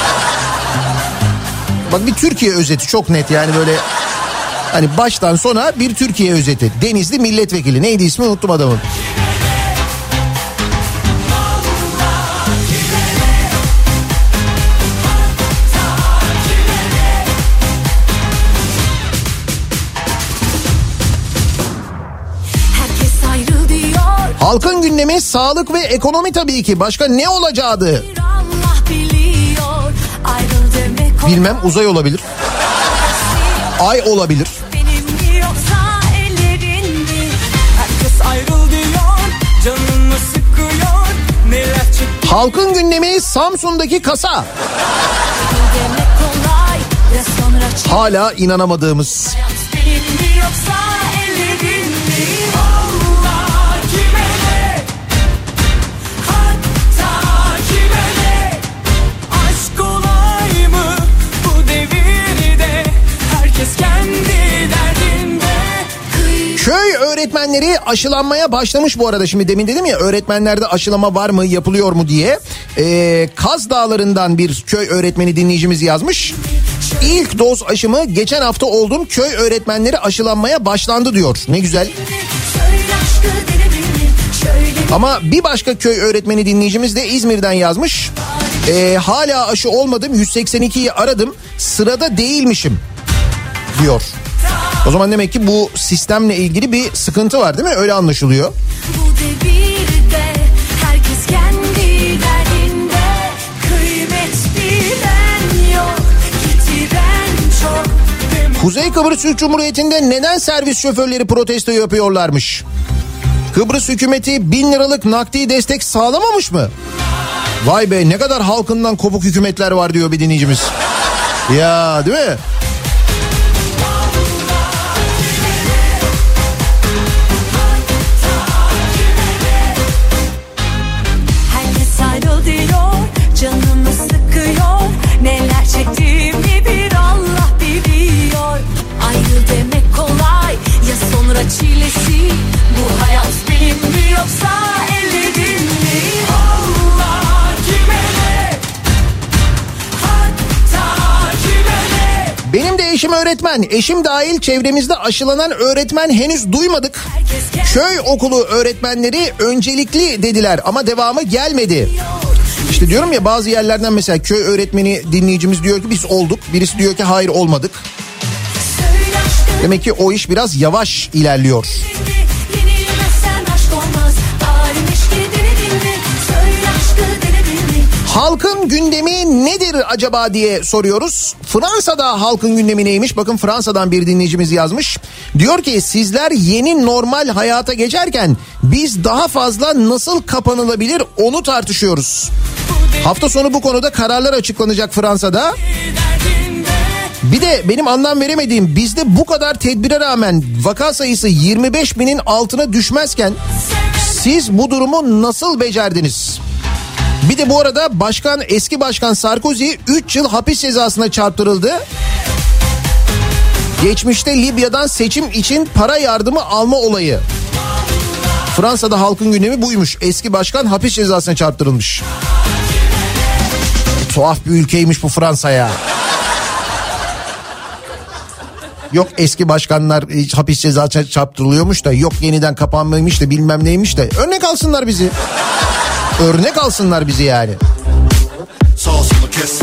Bak bir Türkiye özeti çok net yani, böyle hani baştan sona bir Türkiye özeti. Denizli milletvekili, neydi ismi, unuttum adamın. Halkın gündemi sağlık ve ekonomi tabii ki. Başka ne olacaktı? Bilmem, uzay olabilir. Ay olabilir. Halkın gündemi Samsun'daki kasa. Hala inanamadığımız. Köy öğretmenleri aşılanmaya başlamış bu arada. Şimdi demin dedim ya, öğretmenlerde aşılama var mı, yapılıyor mu diye. Kaz Dağları'ndan bir köy öğretmeni dinleyicimiz yazmış. İlk doz aşımı geçen hafta oldum, köy öğretmenleri aşılanmaya başlandı diyor. Ne güzel. Ama bir başka köy öğretmeni dinleyicimiz de İzmir'den yazmış. Hala aşı olmadım, 182'yi aradım, sırada değilmişim diyor. O zaman demek ki bu sistemle ilgili bir sıkıntı var değil mi? Öyle anlaşılıyor. Bu devirde herkes kendi derdinde, kıymet bilen yok, getiren çok. Kuzey Kıbrıs Türk Cumhuriyeti'nde neden servis şoförleri protesto yapıyorlarmış? Kıbrıs hükümeti 1000 liralık nakdi destek sağlamamış mı? Vay be, ne kadar halkından kopuk hükümetler var diyor bir dinleyicimiz. Ya değil mi? Canımı sıkıyor, neler çektiğimi bir Allah biliyor. Ayrıl demek kolay, ya sonra çilesi. Bu hayat benim mi yoksa ellerin mi? Allah kime ne? Hatta kime ne? Benim de eşim öğretmen. Eşim dahil çevremizde aşılanan öğretmen henüz duymadık. Köy okulu öğretmenleri öncelikli dediler ama devamı gelmedi. İşte diyorum ya, bazı yerlerden mesela köy öğretmeni dinleyicimiz diyor ki biz olduk. Birisi diyor ki hayır olmadık. Demek ki o iş biraz yavaş ilerliyor. Halkın gündemi nedir acaba diye soruyoruz. Fransa'da halkın gündemi neymiş? Bakın Fransa'dan bir dinleyicimiz yazmış. Diyor ki sizler yeni normal hayata geçerken biz daha fazla nasıl kapanılabilir onu tartışıyoruz. Hafta sonu bu konuda kararlar açıklanacak Fransa'da. Bir de benim anlam veremediğim, bizde bu kadar tedbire rağmen vaka sayısı 25 binin altına düşmezken siz bu durumu nasıl becerdiniz? Bir de bu arada eski başkan Sarkozy 3 yıl hapis cezasına çarptırıldı. Geçmişte Libya'dan seçim için para yardımı alma olayı. Fransa'da halkın gündemi buymuş. Eski başkan hapis cezasına çarptırılmış. Tuhaf bir ülkeymiş bu Fransa ya. Yok eski başkanlar hapis cezası çarptırılıyormuş da, yok yeniden kapanmaymış da, bilmem neymiş de. Örnek alsınlar bizi. Örnek alsınlar bizi yani. Sağ solu kes.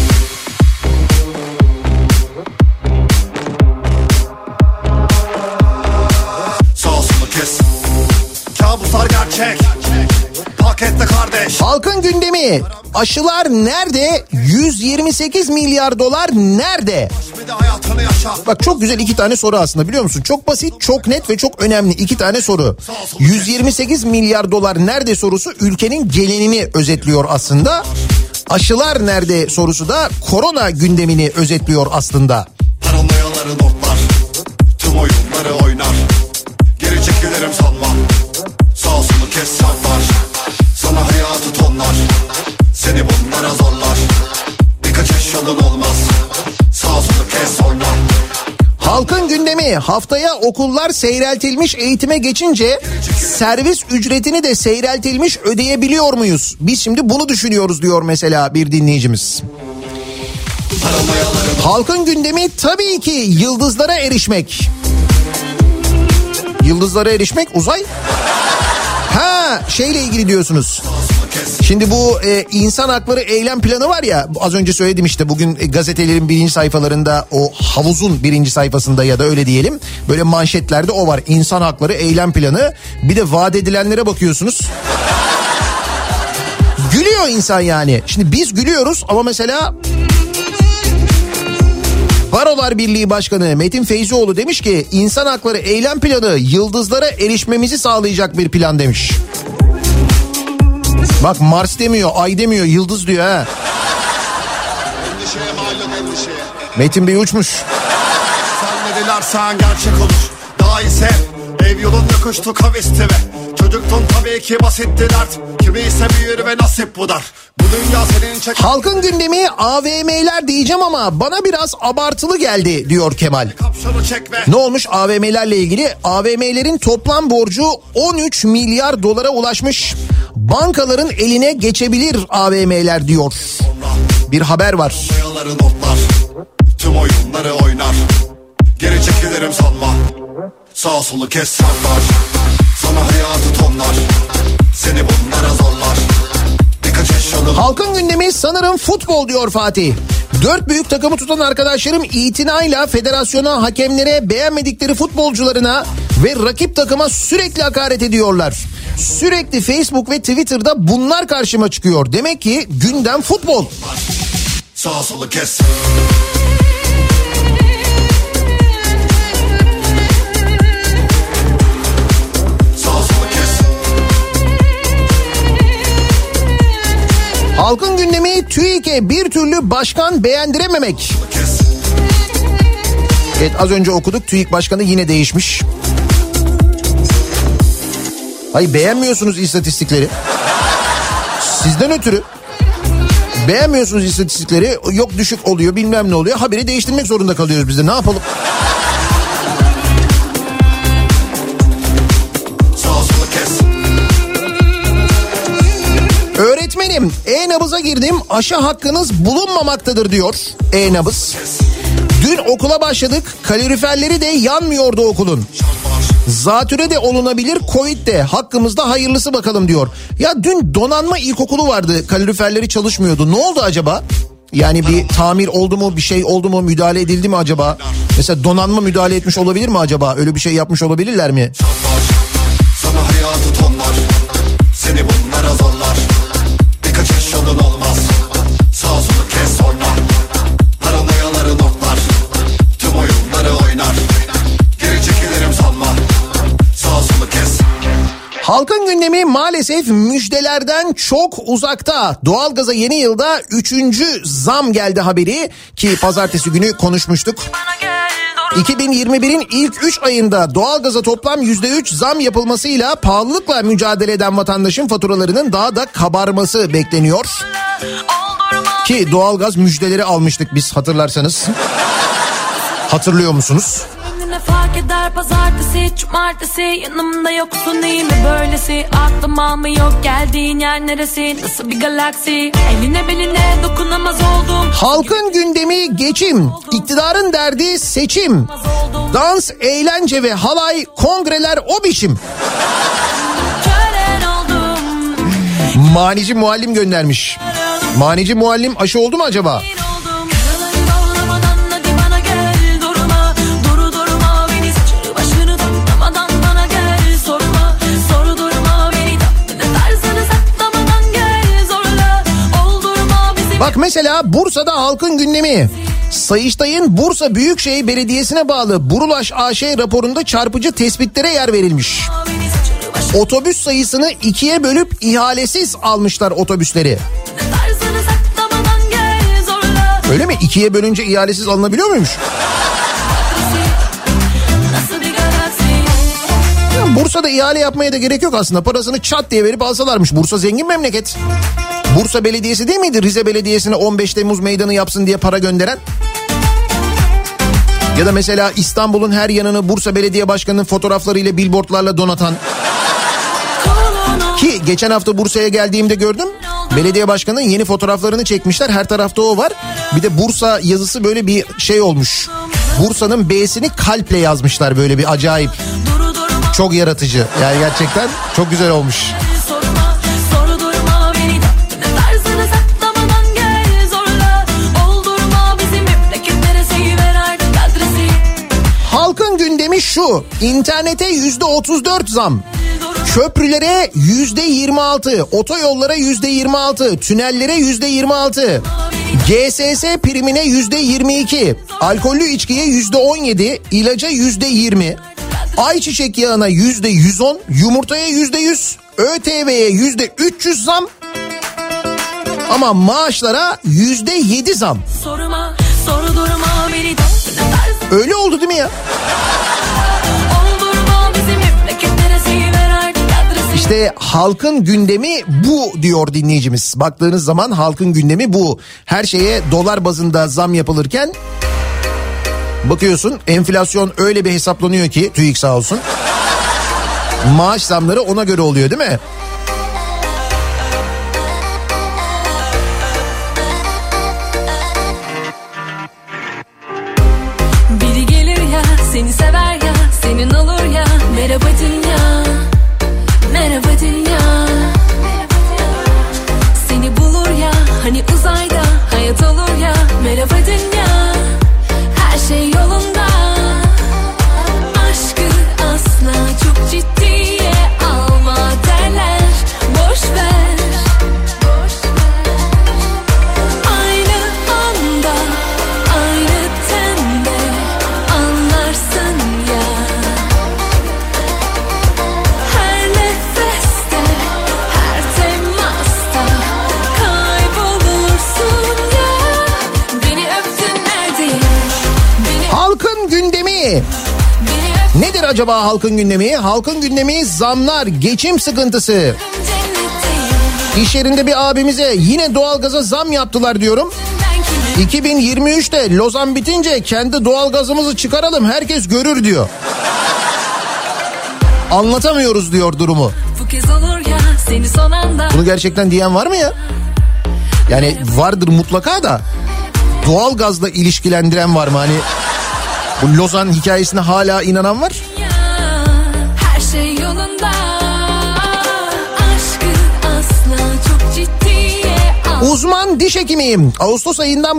Sağ solu kes. Kabuslar gerçek. Pakette kardeş. Halkın gündemi. Aşılar nerede? 128 milyar dolar nerede? Bak çok güzel 2 tane soru aslında, biliyor musun? Çok basit, çok net ve çok önemli 2 tane soru. 128 milyar dolar nerede sorusu ülkenin gelenini özetliyor aslında. Aşılar nerede sorusu da korona gündemini özetliyor aslında. Paranoyaları notlar. Tüm oyunları oynar. Geri çekilirim sanma. Sağ solu kes saklar. Sana hayatı tonlar. Seni bunlara zorlar. Birkaç eşyalın olmaz. Sağ solu kes sonra. Halkın gündemi. Haftaya okullar seyreltilmiş eğitime geçince servis ücretini de seyreltilmiş ödeyebiliyor muyuz? Biz şimdi bunu düşünüyoruz diyor mesela bir dinleyicimiz. Halkın gündemi tabii ki yıldızlara erişmek. Yıldızlara erişmek, uzay? Ha, şeyle ilgili diyorsunuz. Şimdi bu insan hakları eylem planı var ya, az önce söyledim işte, bugün gazetelerin birinci sayfalarında, o havuzun birinci sayfasında ya da öyle diyelim, böyle manşetlerde o var, insan hakları eylem planı. Bir de vaat edilenlere bakıyorsunuz. Gülüyor insan yani. Şimdi biz gülüyoruz ama mesela Barolar Birliği Başkanı Metin Feyzioğlu demiş ki insan hakları eylem planı yıldızlara erişmemizi sağlayacak bir plan demiş. Bak Mars demiyor, ay demiyor, yıldız diyor ha. Metin Bey uçmuş. Sen ne dilersen gerçek olur. Daha ise ev yolun yokuştu kavisti ve çocuktun tabii ki basitti dert. Kimi ise büyür ve nasip budar. Bu dünya senin çek... Halkın gündemi AVM'ler diyeceğim ama bana biraz abartılı geldi diyor Kemal. Ne olmuş AVM'lerle ilgili? AVM'lerin toplam borcu 13 milyar dolara ulaşmış. Bankaların eline geçebilir AVM'ler diyor. Bir haber var. Tüm oyunları oynar. Geri çekilirim sanma. Sağ solu kes saklar. Sana hayatı tonlar. Seni bunlara zorlar. Birkaç eşyalı... Halkın gündemi sanırım futbol diyor Fatih. 4 büyük takımı tutan arkadaşlarım itinayla federasyona, hakemlere, beğenmedikleri futbolcularına ve rakip takıma sürekli hakaret ediyorlar. Sürekli Facebook ve Twitter'da bunlar karşıma çıkıyor. Demek ki gündem futbol. Sağ solu kes. Halkın gündemi TÜİK'e bir türlü başkan beğendirememek. Evet, az önce okuduk, TÜİK başkanı yine değişmiş. Hayır, beğenmiyorsunuz istatistikleri. Sizden ötürü. Beğenmiyorsunuz istatistikleri, yok düşük oluyor bilmem ne oluyor. Haberi değiştirmek zorunda kalıyoruz biz de, ne yapalım? Öğretmenim e-nabıza girdim, aşı hakkınız bulunmamaktadır diyor e-nabız. Dün okula başladık, kaloriferleri de yanmıyordu okulun. Zatüre de olunabilir, Covid de, hakkımızda hayırlısı bakalım diyor. Ya dün donanma ilkokulu vardı, kaloriferleri çalışmıyordu, ne oldu acaba? Yani bir tamir oldu mu, bir şey oldu mu, müdahale edildi mi acaba? Mesela donanma müdahale etmiş olabilir mi acaba? Öyle bir şey yapmış olabilirler mi? Sana hayatı tonlar. Seni bunlara zorlar. Birkaç eşyalın olmaz. Sağ solu kes sonra. Paranoyaları notlar. Tüm oyunları oynar. Geri çekilirim sanma. Sağ solu kes. Halkın gündemi maalesef müjdelerden çok uzakta. Doğalgaza yeni yılda 3. zam geldi haberi ki pazartesi günü konuşmuştuk. 2021'in ilk 3 ayında doğalgaza toplam %3 zam yapılmasıyla pahalılıkla mücadele eden vatandaşın faturalarının daha da kabarması bekleniyor. Ki doğalgaz müjdeleri almıştık biz, hatırlarsanız. Hatırlıyor musunuz? fark eder pazartesi, cumartesi, yanımda yoksun iyi mi böylesi? Aklım almıyor geldiğin yer neresi? Nasıl bir galaksi? Eline beline dokunamaz oldum. Halkın gündemi geçim, iktidarın derdi seçim. Dans, eğlence ve halay, kongreler o biçim. Manici Muallim göndermiş. Manici Muallim aşı oldu mu acaba? Bak mesela Bursa'da halkın gündemi. Sayıştay'ın Bursa Büyükşehir Belediyesi'ne bağlı Burulaş AŞ raporunda çarpıcı tespitlere yer verilmiş. Otobüs sayısını 2'ye bölüp ihalesiz almışlar otobüsleri. Öyle mi? 2'ye bölünce ihalesiz alınabiliyor muymuş? Ya Bursa'da ihale yapmaya da gerek yok aslında. Parasını çat diye verip alsalarmış. Bursa zengin memleket. Bursa Belediyesi değil miydi Rize Belediyesi'ne 15 Temmuz meydanı yapsın diye para gönderen? Ya da mesela İstanbul'un her yanını Bursa Belediye Başkanı'nın fotoğraflarıyla, billboardlarla donatan. Ki geçen hafta Bursa'ya geldiğimde gördüm. Belediye başkanının yeni fotoğraflarını çekmişler. Her tarafta o var. Bir de Bursa yazısı böyle bir şey olmuş. Bursa'nın B'sini kalple yazmışlar, böyle bir acayip. Çok yaratıcı. Yani gerçekten çok güzel olmuş. Halkın gündemi şu: İnternete %34 zam. Köprülere %26, otoyollara %26, tünellere %26, GSS primine %22, alkollü içkiye %17, ilaca %20, ayçiçek yağına %110, yumurtaya %100, ÖTV'ye %300 zam. Ama maaşlara %7 zam. Öyle oldu değil mi ya? İşte halkın gündemi bu diyor dinleyicimiz. Baktığınız zaman halkın gündemi bu. Her şeye dolar bazında zam yapılırken bakıyorsun enflasyon öyle bir hesaplanıyor ki, TÜİK sağ olsun. Maaş zamları ona göre oluyor değil mi? Biri gelir ya, seni sever ya, senin olur ya, merhaba dünya. Merhaba dünya. Seni bulur ya, hani uzayda hayat olur ya. Merhaba dünya. Her şey yolunda. Aşkı asla çok ciddiye alma derler. Boş ver. Aynı anda, aynı tende anlarsın ya. Halkın gündemi. Nedir acaba halkın gündemi? Halkın gündemi zamlar, geçim sıkıntısı. İş yerinde bir abimize yine doğalgaza zam yaptılar diyorum. 2023'te Lozan bitince kendi doğalgazımızı çıkaralım, herkes görür diyor. Anlatamıyoruz diyor durumu. Bunu gerçekten diyen var mı ya? Yani vardır mutlaka da doğalgazla ilişkilendiren var mı? Hani bu Lozan hikayesine hala inanan var. Her şey yolunda. Aşkı asla çok ciddiye al. Uzman diş hekimiyim. Ağustos ayından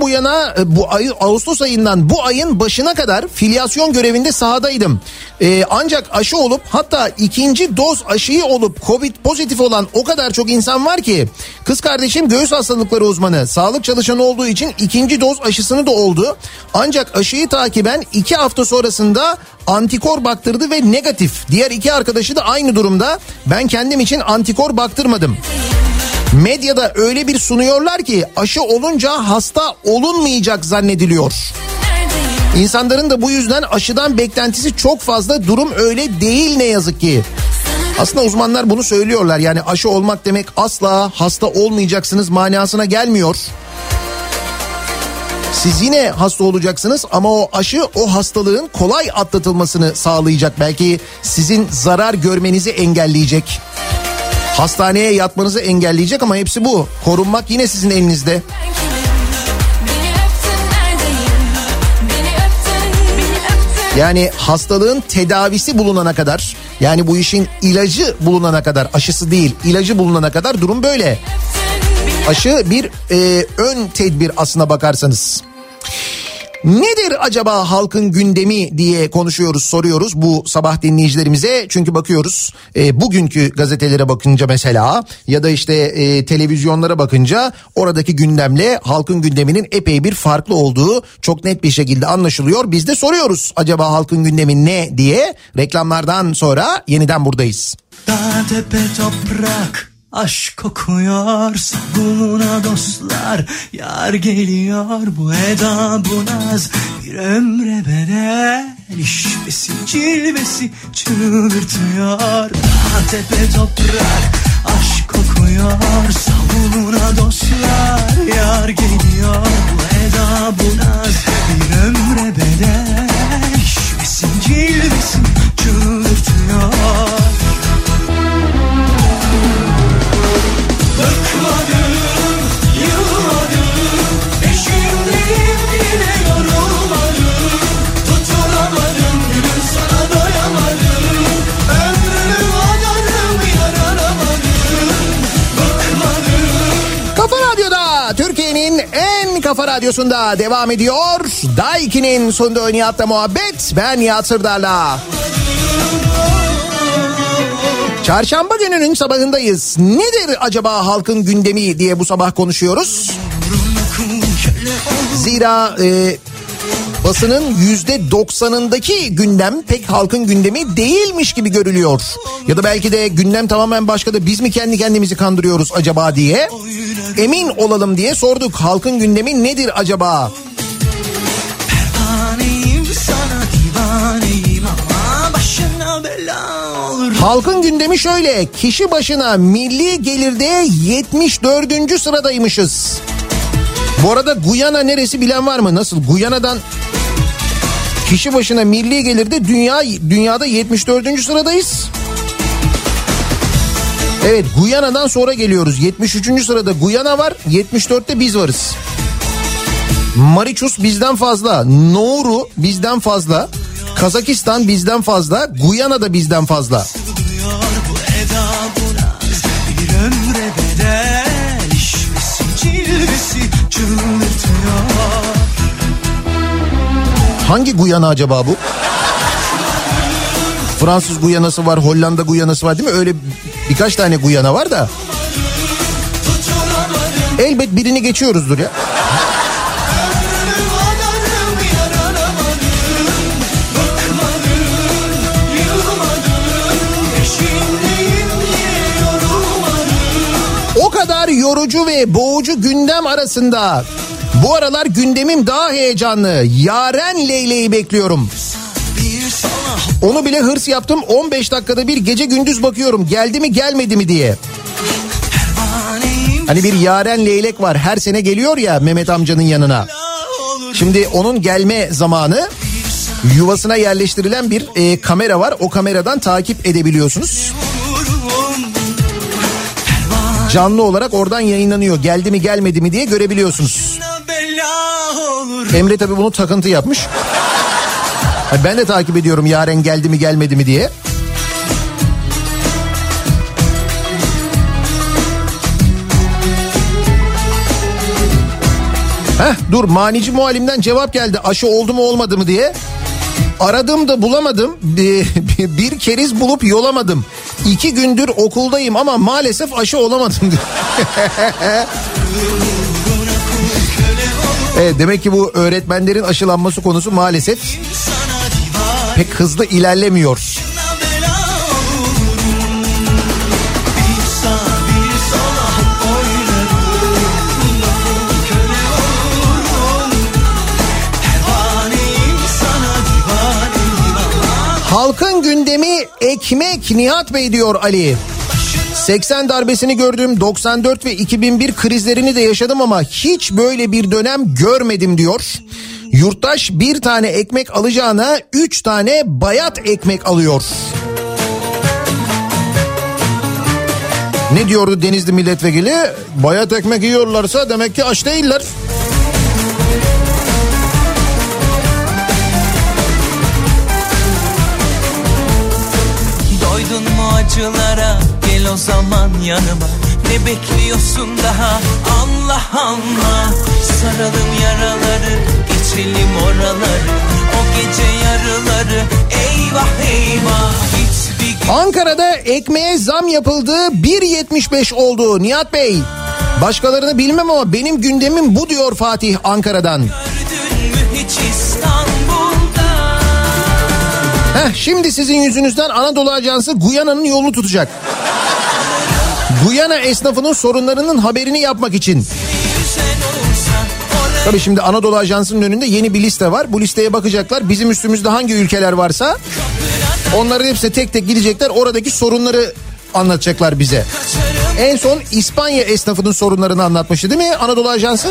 bu ayın başına kadar filyasyon görevinde sahadaydım. Ancak aşı olup, hatta ikinci doz aşıyı olup Covid pozitif olan o kadar çok insan var ki. Kız kardeşim göğüs hastalıkları uzmanı, sağlık çalışanı olduğu için ikinci doz aşısını da oldu. Ancak aşıyı takiben 2 hafta sonrasında antikor baktırdı ve negatif. Diğer 2 arkadaşı da aynı durumda. Ben kendim için antikor baktırmadım. Medyada öyle bir sunuyorlar ki aşı olunca hasta olunmayacak zannediliyor. İnsanların da bu yüzden aşıdan beklentisi çok fazla. Durum öyle değil ne yazık ki. Aslında uzmanlar bunu söylüyorlar. Yani aşı olmak demek asla hasta olmayacaksınız manasına gelmiyor. Siz yine hasta olacaksınız ama o aşı o hastalığın kolay atlatılmasını sağlayacak. Belki sizin zarar görmenizi engelleyecek. Hastaneye yatmanızı engelleyecek ama hepsi bu. Korunmak yine sizin elinizde. Yani hastalığın tedavisi bulunana kadar, yani bu işin ilacı bulunana kadar, aşısı değil ilacı bulunana kadar durum böyle. Aşı bir ön tedbir aslına bakarsanız. Nedir acaba halkın gündemi diye konuşuyoruz, soruyoruz bu sabah dinleyicilerimize. Çünkü bakıyoruz bugünkü gazetelere bakınca mesela ya da işte televizyonlara bakınca oradaki gündemle halkın gündeminin epey bir farklı olduğu çok net bir şekilde anlaşılıyor. Biz de soruyoruz acaba halkın gündemi ne diye. Reklamlardan sonra yeniden buradayız. Dağ tepe toprak aşk kokuyor, sabuna dostlar, yar geliyor, bu eda bu naz bir ömre bedel, işvesi cilvesi çıldırtıyor. Dağ tepe toprak aşk kokuyor, sabuna dostlar, yar geliyor, bu eda bu naz bir ömre bedel, işvesi cilvesi çıldırtıyor. Bıkmadım, yılmadım, peşindeyim yine yorulmadım, tutunamadım gülüm sana doyamadım, ömrümü adadım yaranamadım, bıkmadım. Kafa Radyo'da, Türkiye'nin en kafa radyosunda devam ediyor. Daiki'nin sunduğu Nihat'la muhabbet, ben Nihat Sırdar'la. Çarşamba gününün sabahındayız. Nedir acaba halkın gündemi diye bu sabah konuşuyoruz. Zira basının %90'ındaki gündem pek halkın gündemi değilmiş gibi görülüyor. Ya da belki de gündem tamamen başka da biz mi kendi kendimizi kandırıyoruz acaba diye. Emin olalım diye sorduk. Halkın gündemi nedir acaba? Halkın gündemi şöyle: kişi başına milli gelirde 74. sıradaymışız. Bu arada Guyana neresi bilen var mı? Nasıl? Guyana'dan kişi başına milli gelirde dünyada 74. sıradayız. Evet, Guyana'dan sonra geliyoruz. 73. sırada Guyana var, 74'te biz varız. Mauritius bizden fazla, Nauru bizden fazla, Kazakistan bizden fazla, Guyana da bizden fazla. Hangi Guyana acaba bu? Fransız Guyanası var, Hollanda Guyanası var değil mi? Öyle birkaç tane Guyana var da. Elbet birini geçiyoruzdur ya. O kadar yorucu ve boğucu gündem arasında bu aralar gündemim daha heyecanlı. Yaren Leyle'yi bekliyorum. Onu bile hırs yaptım, 15 dakikada bir gece gündüz bakıyorum geldi mi gelmedi mi diye. Hani bir Yaren Leylek var, her sene geliyor ya Mehmet amcanın yanına. Şimdi onun gelme zamanı, yuvasına yerleştirilen bir kamera var. O kameradan takip edebiliyorsunuz. Canlı olarak oradan yayınlanıyor. Geldi mi gelmedi mi diye görebiliyorsunuz. Emre tabii bunu takıntı yapmış. Ben de takip ediyorum Yaren geldi mi gelmedi mi diye. Dur, manici muallimden cevap geldi, aşı oldu mu olmadı mı diye. Aradım da bulamadım, bir keriz bulup yolamadım. 2 gündür okuldayım ama maalesef aşı olamadım diyor. Evet, demek ki bu öğretmenlerin aşılanması konusu maalesef pek hızlı ilerlemiyor. Halkın gündemi ekmek Nihat Bey diyor Ali. 80 darbesini gördüm, 94 ve 2001 krizlerini de yaşadım ama hiç böyle bir dönem görmedim diyor. Yurttaş bir tane ekmek alacağına 3 tane bayat ekmek alıyor. Ne diyordu Denizli milletvekili? Bayat ekmek yiyorlarsa demek ki aç değiller. Doydun mu acılara? Gel o zaman yanıma. Ne bekliyorsun daha? Allah Allah. Saralım yaraları, geçelim oraları. O gece yarıları, eyvah eyvah. Ankara'da ekmeğe zam yapıldı, 1.75 oldu Nihat Bey. Başkalarını bilmem ama benim gündemim bu diyor Fatih Ankara'dan. Şimdi sizin yüzünüzden Anadolu Ajansı Guyana'nın yolunu tutacak. Guyana esnafının sorunlarının haberini yapmak için. Tabii şimdi Anadolu Ajansı'nın önünde yeni bir liste var. Bu listeye bakacaklar. Bizim üstümüzde hangi ülkeler varsa onların hepsi tek tek gidecekler. Oradaki sorunları anlatacaklar bize. En son İspanya esnafının sorunlarını anlatmıştı değil mi Anadolu Ajansı?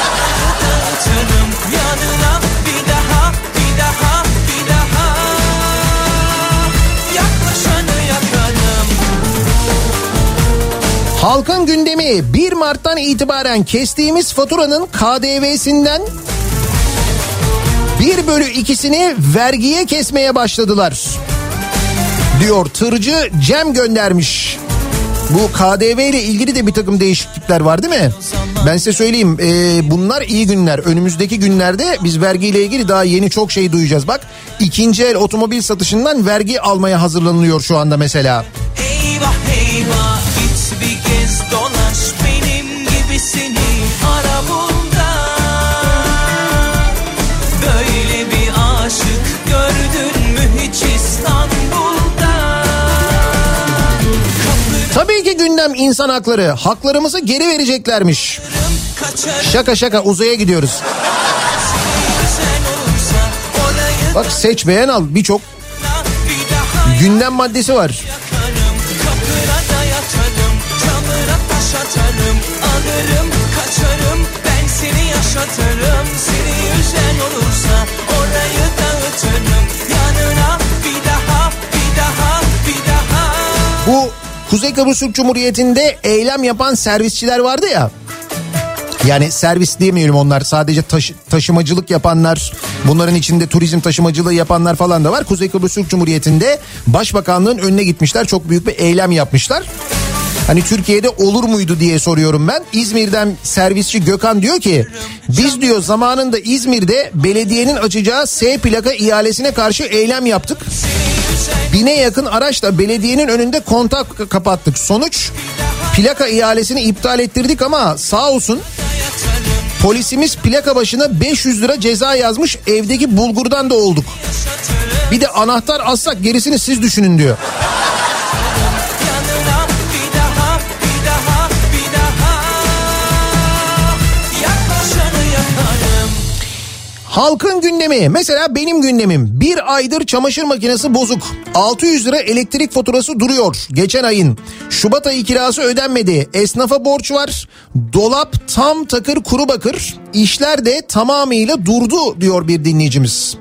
Halkın gündemi 1 Mart'tan itibaren kestiğimiz faturanın KDV'sinden 1/2'sini vergiye kesmeye başladılar diyor. Tırcı Cem göndermiş. Bu KDV ile ilgili de bir takım değişiklikler var değil mi? Ben size söyleyeyim, bunlar iyi günler. Önümüzdeki günlerde biz vergiyle ilgili daha yeni çok şey duyacağız. Bak, ikinci el otomobil satışından vergi almaya hazırlanılıyor şu anda mesela. Eyvah eyvah, git bir kez dolaş benim gibisini ara bunda. Böyle bir aşık gördün mü hiç İstanbul'da? Tabii ki gündem insan hakları. Haklarımızı geri vereceklermiş. Şaka şaka, uzaya gidiyoruz. Bak, seç beğen al, birçok gündem maddesi var. Alırım kaçarım, ben seni yaşatırım. Seni üzen olursa orayı dağıtırım. Yanına bir daha, bir daha, bir daha. Bu Kuzey Kıbrıs Türk Cumhuriyeti'nde eylem yapan servisçiler vardı ya. Yani servis diyemeyelim, onlar sadece taşımacılık yapanlar, bunların içinde turizm taşımacılığı yapanlar falan da var. Kuzey Kıbrıs Türk Cumhuriyeti'nde Başbakanlığın önüne gitmişler, çok büyük bir eylem yapmışlar. Hani Türkiye'de olur muydu diye soruyorum ben. İzmir'den servisçi Gökhan diyor ki, biz diyor zamanında İzmir'de belediyenin açacağı S plaka ihalesine karşı eylem yaptık. 1000'e yakın araçla belediyenin önünde kontak kapattık. Sonuç, plaka ihalesini iptal ettirdik ama sağ olsun polisimiz plaka başına 500 lira ceza yazmış, evdeki bulgurdan da olduk. Bir de anahtar alsak gerisini siz düşünün diyor. Halkın gündemi, mesela benim gündemim, bir aydır çamaşır makinesi bozuk, 600 lira elektrik faturası duruyor geçen ayın, Şubat ayı kirası ödenmedi, esnafa borç var, dolap tam takır kuru bakır, işler de tamamıyla durdu diyor bir dinleyicimiz.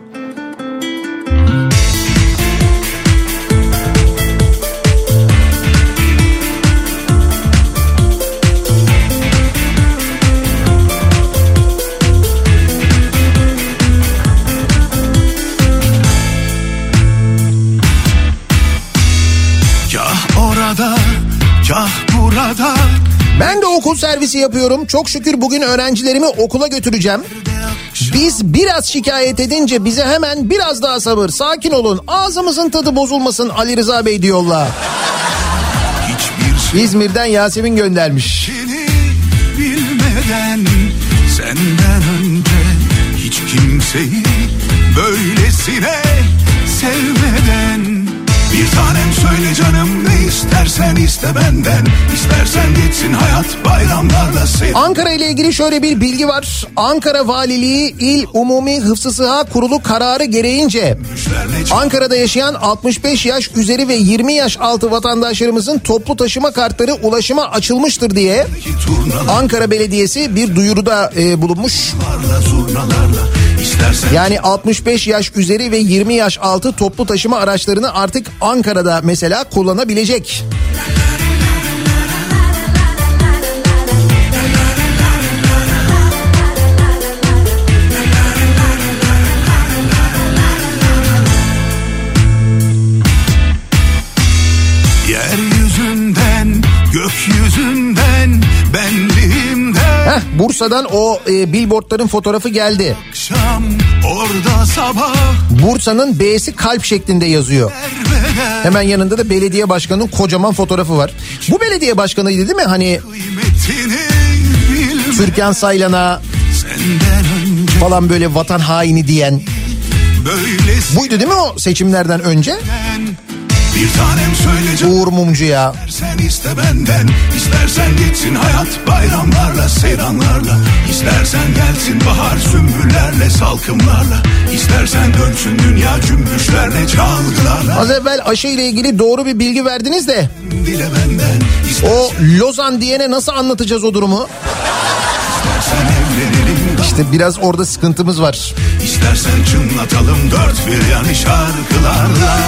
Burada. Ben de okul servisi yapıyorum. Çok şükür bugün öğrencilerimi okula götüreceğim. Biz biraz şikayet edince bize hemen biraz daha sabır, sakin olun, ağzımızın tadı bozulmasın Ali Rıza Bey diyorlar. İzmir'den Yasemin göndermiş. Bilmeden senden önce hiç kimseyi böylesine sevmeden Bir tanem söyle canım, ne istersen iste benden. İstersen geçsin hayat bayramlarla senin. Ankara ile ilgili şöyle bir bilgi var. Ankara Valiliği İl Umumi Hıfzı Sıha Kurulu kararı gereğince Ankara'da yaşayan 65 yaş üzeri ve 20 yaş altı vatandaşlarımızın toplu taşıma kartları ulaşıma açılmıştır diye Ankara Belediyesi bir duyuruda bulunmuş. Yani 65 yaş üzeri ve 20 yaş altı toplu taşıma araçlarını artık Ankara'da mesela kullanabilecek. Yeryüzünden, gökyüzünden, benliğimden. Bursa'dan o billboardların fotoğrafı geldi. Akşam orada sabah. Bursa'nın B'si kalp şeklinde yazıyor. Hemen yanında da belediye başkanının kocaman fotoğrafı var. Bu belediye başkanıydı değil mi? Hani Türkan Saylan'a falan böyle vatan haini diyen. Buydu değil mi o seçimlerden önce? Bir tanem söyle Uğur Mumcu'ya. Sen iste benden, istersen geçsin hayat bayramlarla, seyranlarla. İstersen gelsin bahar sümbüllerle, salkımlarla. İstersen dönsün dünya cümbüşlerle, çalgılarla. Az evvel aşı ile ilgili doğru bir bilgi verdiniz de. Dile benden, o Lozan diyene nasıl anlatacağız o durumu? İstersen evlenelim. İşte biraz orada sıkıntımız var. İstersen çınlatalım dört bir yanı şarkılarla.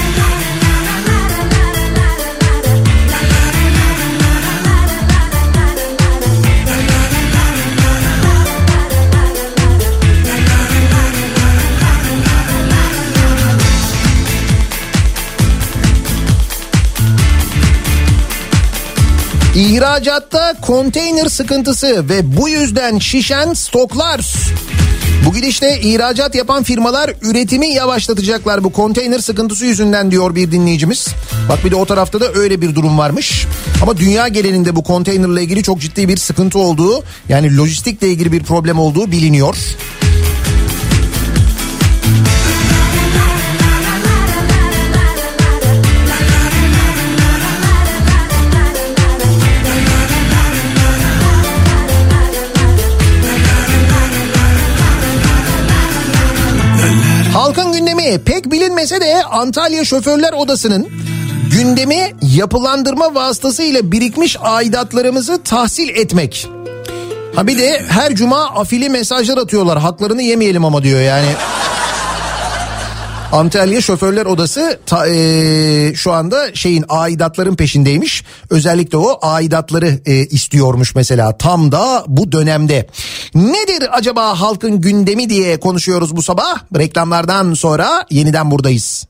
İhracatta konteyner sıkıntısı ve bu yüzden şişen stoklar. Bu gidişle ihracat yapan firmalar üretimi yavaşlatacaklar bu konteyner sıkıntısı yüzünden diyor bir dinleyicimiz. Bak bir de o tarafta da öyle bir durum varmış. Ama dünya genelinde bu konteynerle ilgili çok ciddi bir sıkıntı olduğu, yani lojistikle ilgili bir problem olduğu biliniyor. Halkın gündemi pek bilinmese de Antalya Şoförler Odası'nın gündemi yapılandırma vasıtasıyla birikmiş aidatlarımızı tahsil etmek. Ha bir de her cuma afili mesajlar atıyorlar, haklarını yemeyelim ama diyor yani. Antalya Şoförler Odası şu anda aidatların peşindeymiş. Özellikle o aidatları istiyormuş mesela tam da bu dönemde. Nedir acaba halkın gündemi diye konuşuyoruz bu sabah. Reklamlardan sonra yeniden buradayız.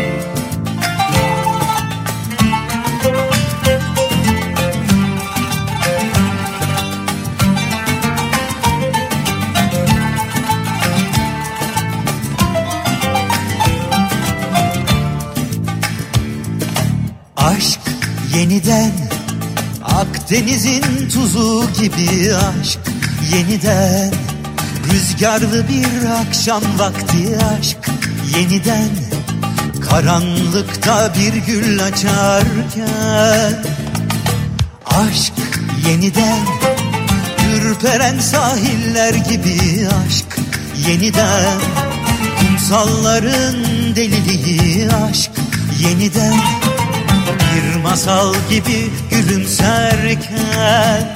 Aşk yeniden Akdeniz'in tuzu gibi aşk yeniden rüzgarlı bir akşam vakti aşk yeniden karanlıkta bir gül açarken aşk yeniden ürperen sahiller gibi aşk yeniden kumsalların deliliği aşk yeniden bir masal gibi gülümserken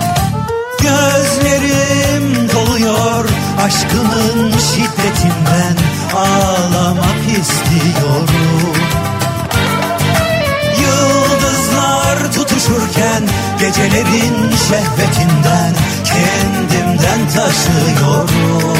gözlerim doluyor aşkının şiddetinden ağlamak istiyorum. Yıldızlar tutuşurken gecelerin şehvetinden kendimden taşıyorum.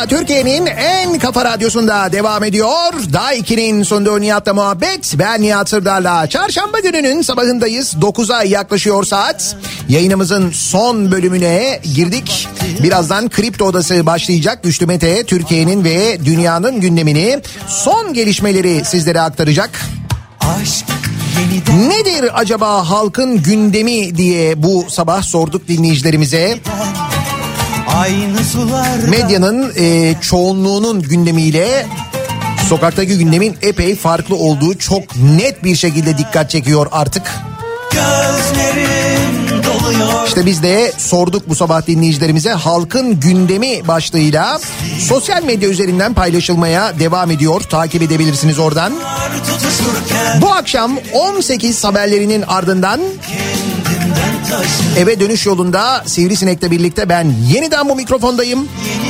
Türkiye'nin en kafa radyosunda devam ediyor. Daha 2'nin sonunda Nihat'la muhabbet. Ben Nihat Sırdar'la. Çarşamba gününün sabahındayız. 9'a yaklaşıyor saat. Yayınımızın son bölümüne girdik. Birazdan Kripto Odası başlayacak. Güçlü Mete Türkiye'nin ve dünyanın gündemini, son gelişmeleri sizlere aktaracak. Nedir acaba halkın gündemi diye bu sabah sorduk dinleyicilerimize. Medyanın çoğunluğunun gündemiyle sokaktaki gündemin epey farklı olduğu çok net bir şekilde dikkat çekiyor artık. İşte biz de sorduk bu sabah dinleyicilerimize, halkın gündemi başlığıyla sosyal medya üzerinden paylaşılmaya devam ediyor. Takip edebilirsiniz oradan. Bu akşam 18 haberlerinin ardından eve dönüş yolunda Sivrisinek'le birlikte ben yeniden bu mikrofondayım.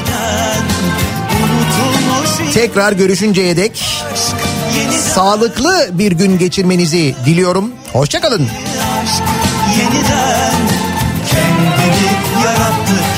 Tekrar görüşünceye dek sağlıklı bir gün geçirmenizi diliyorum. Hoşça kalın. Yeniden kendini yarattı.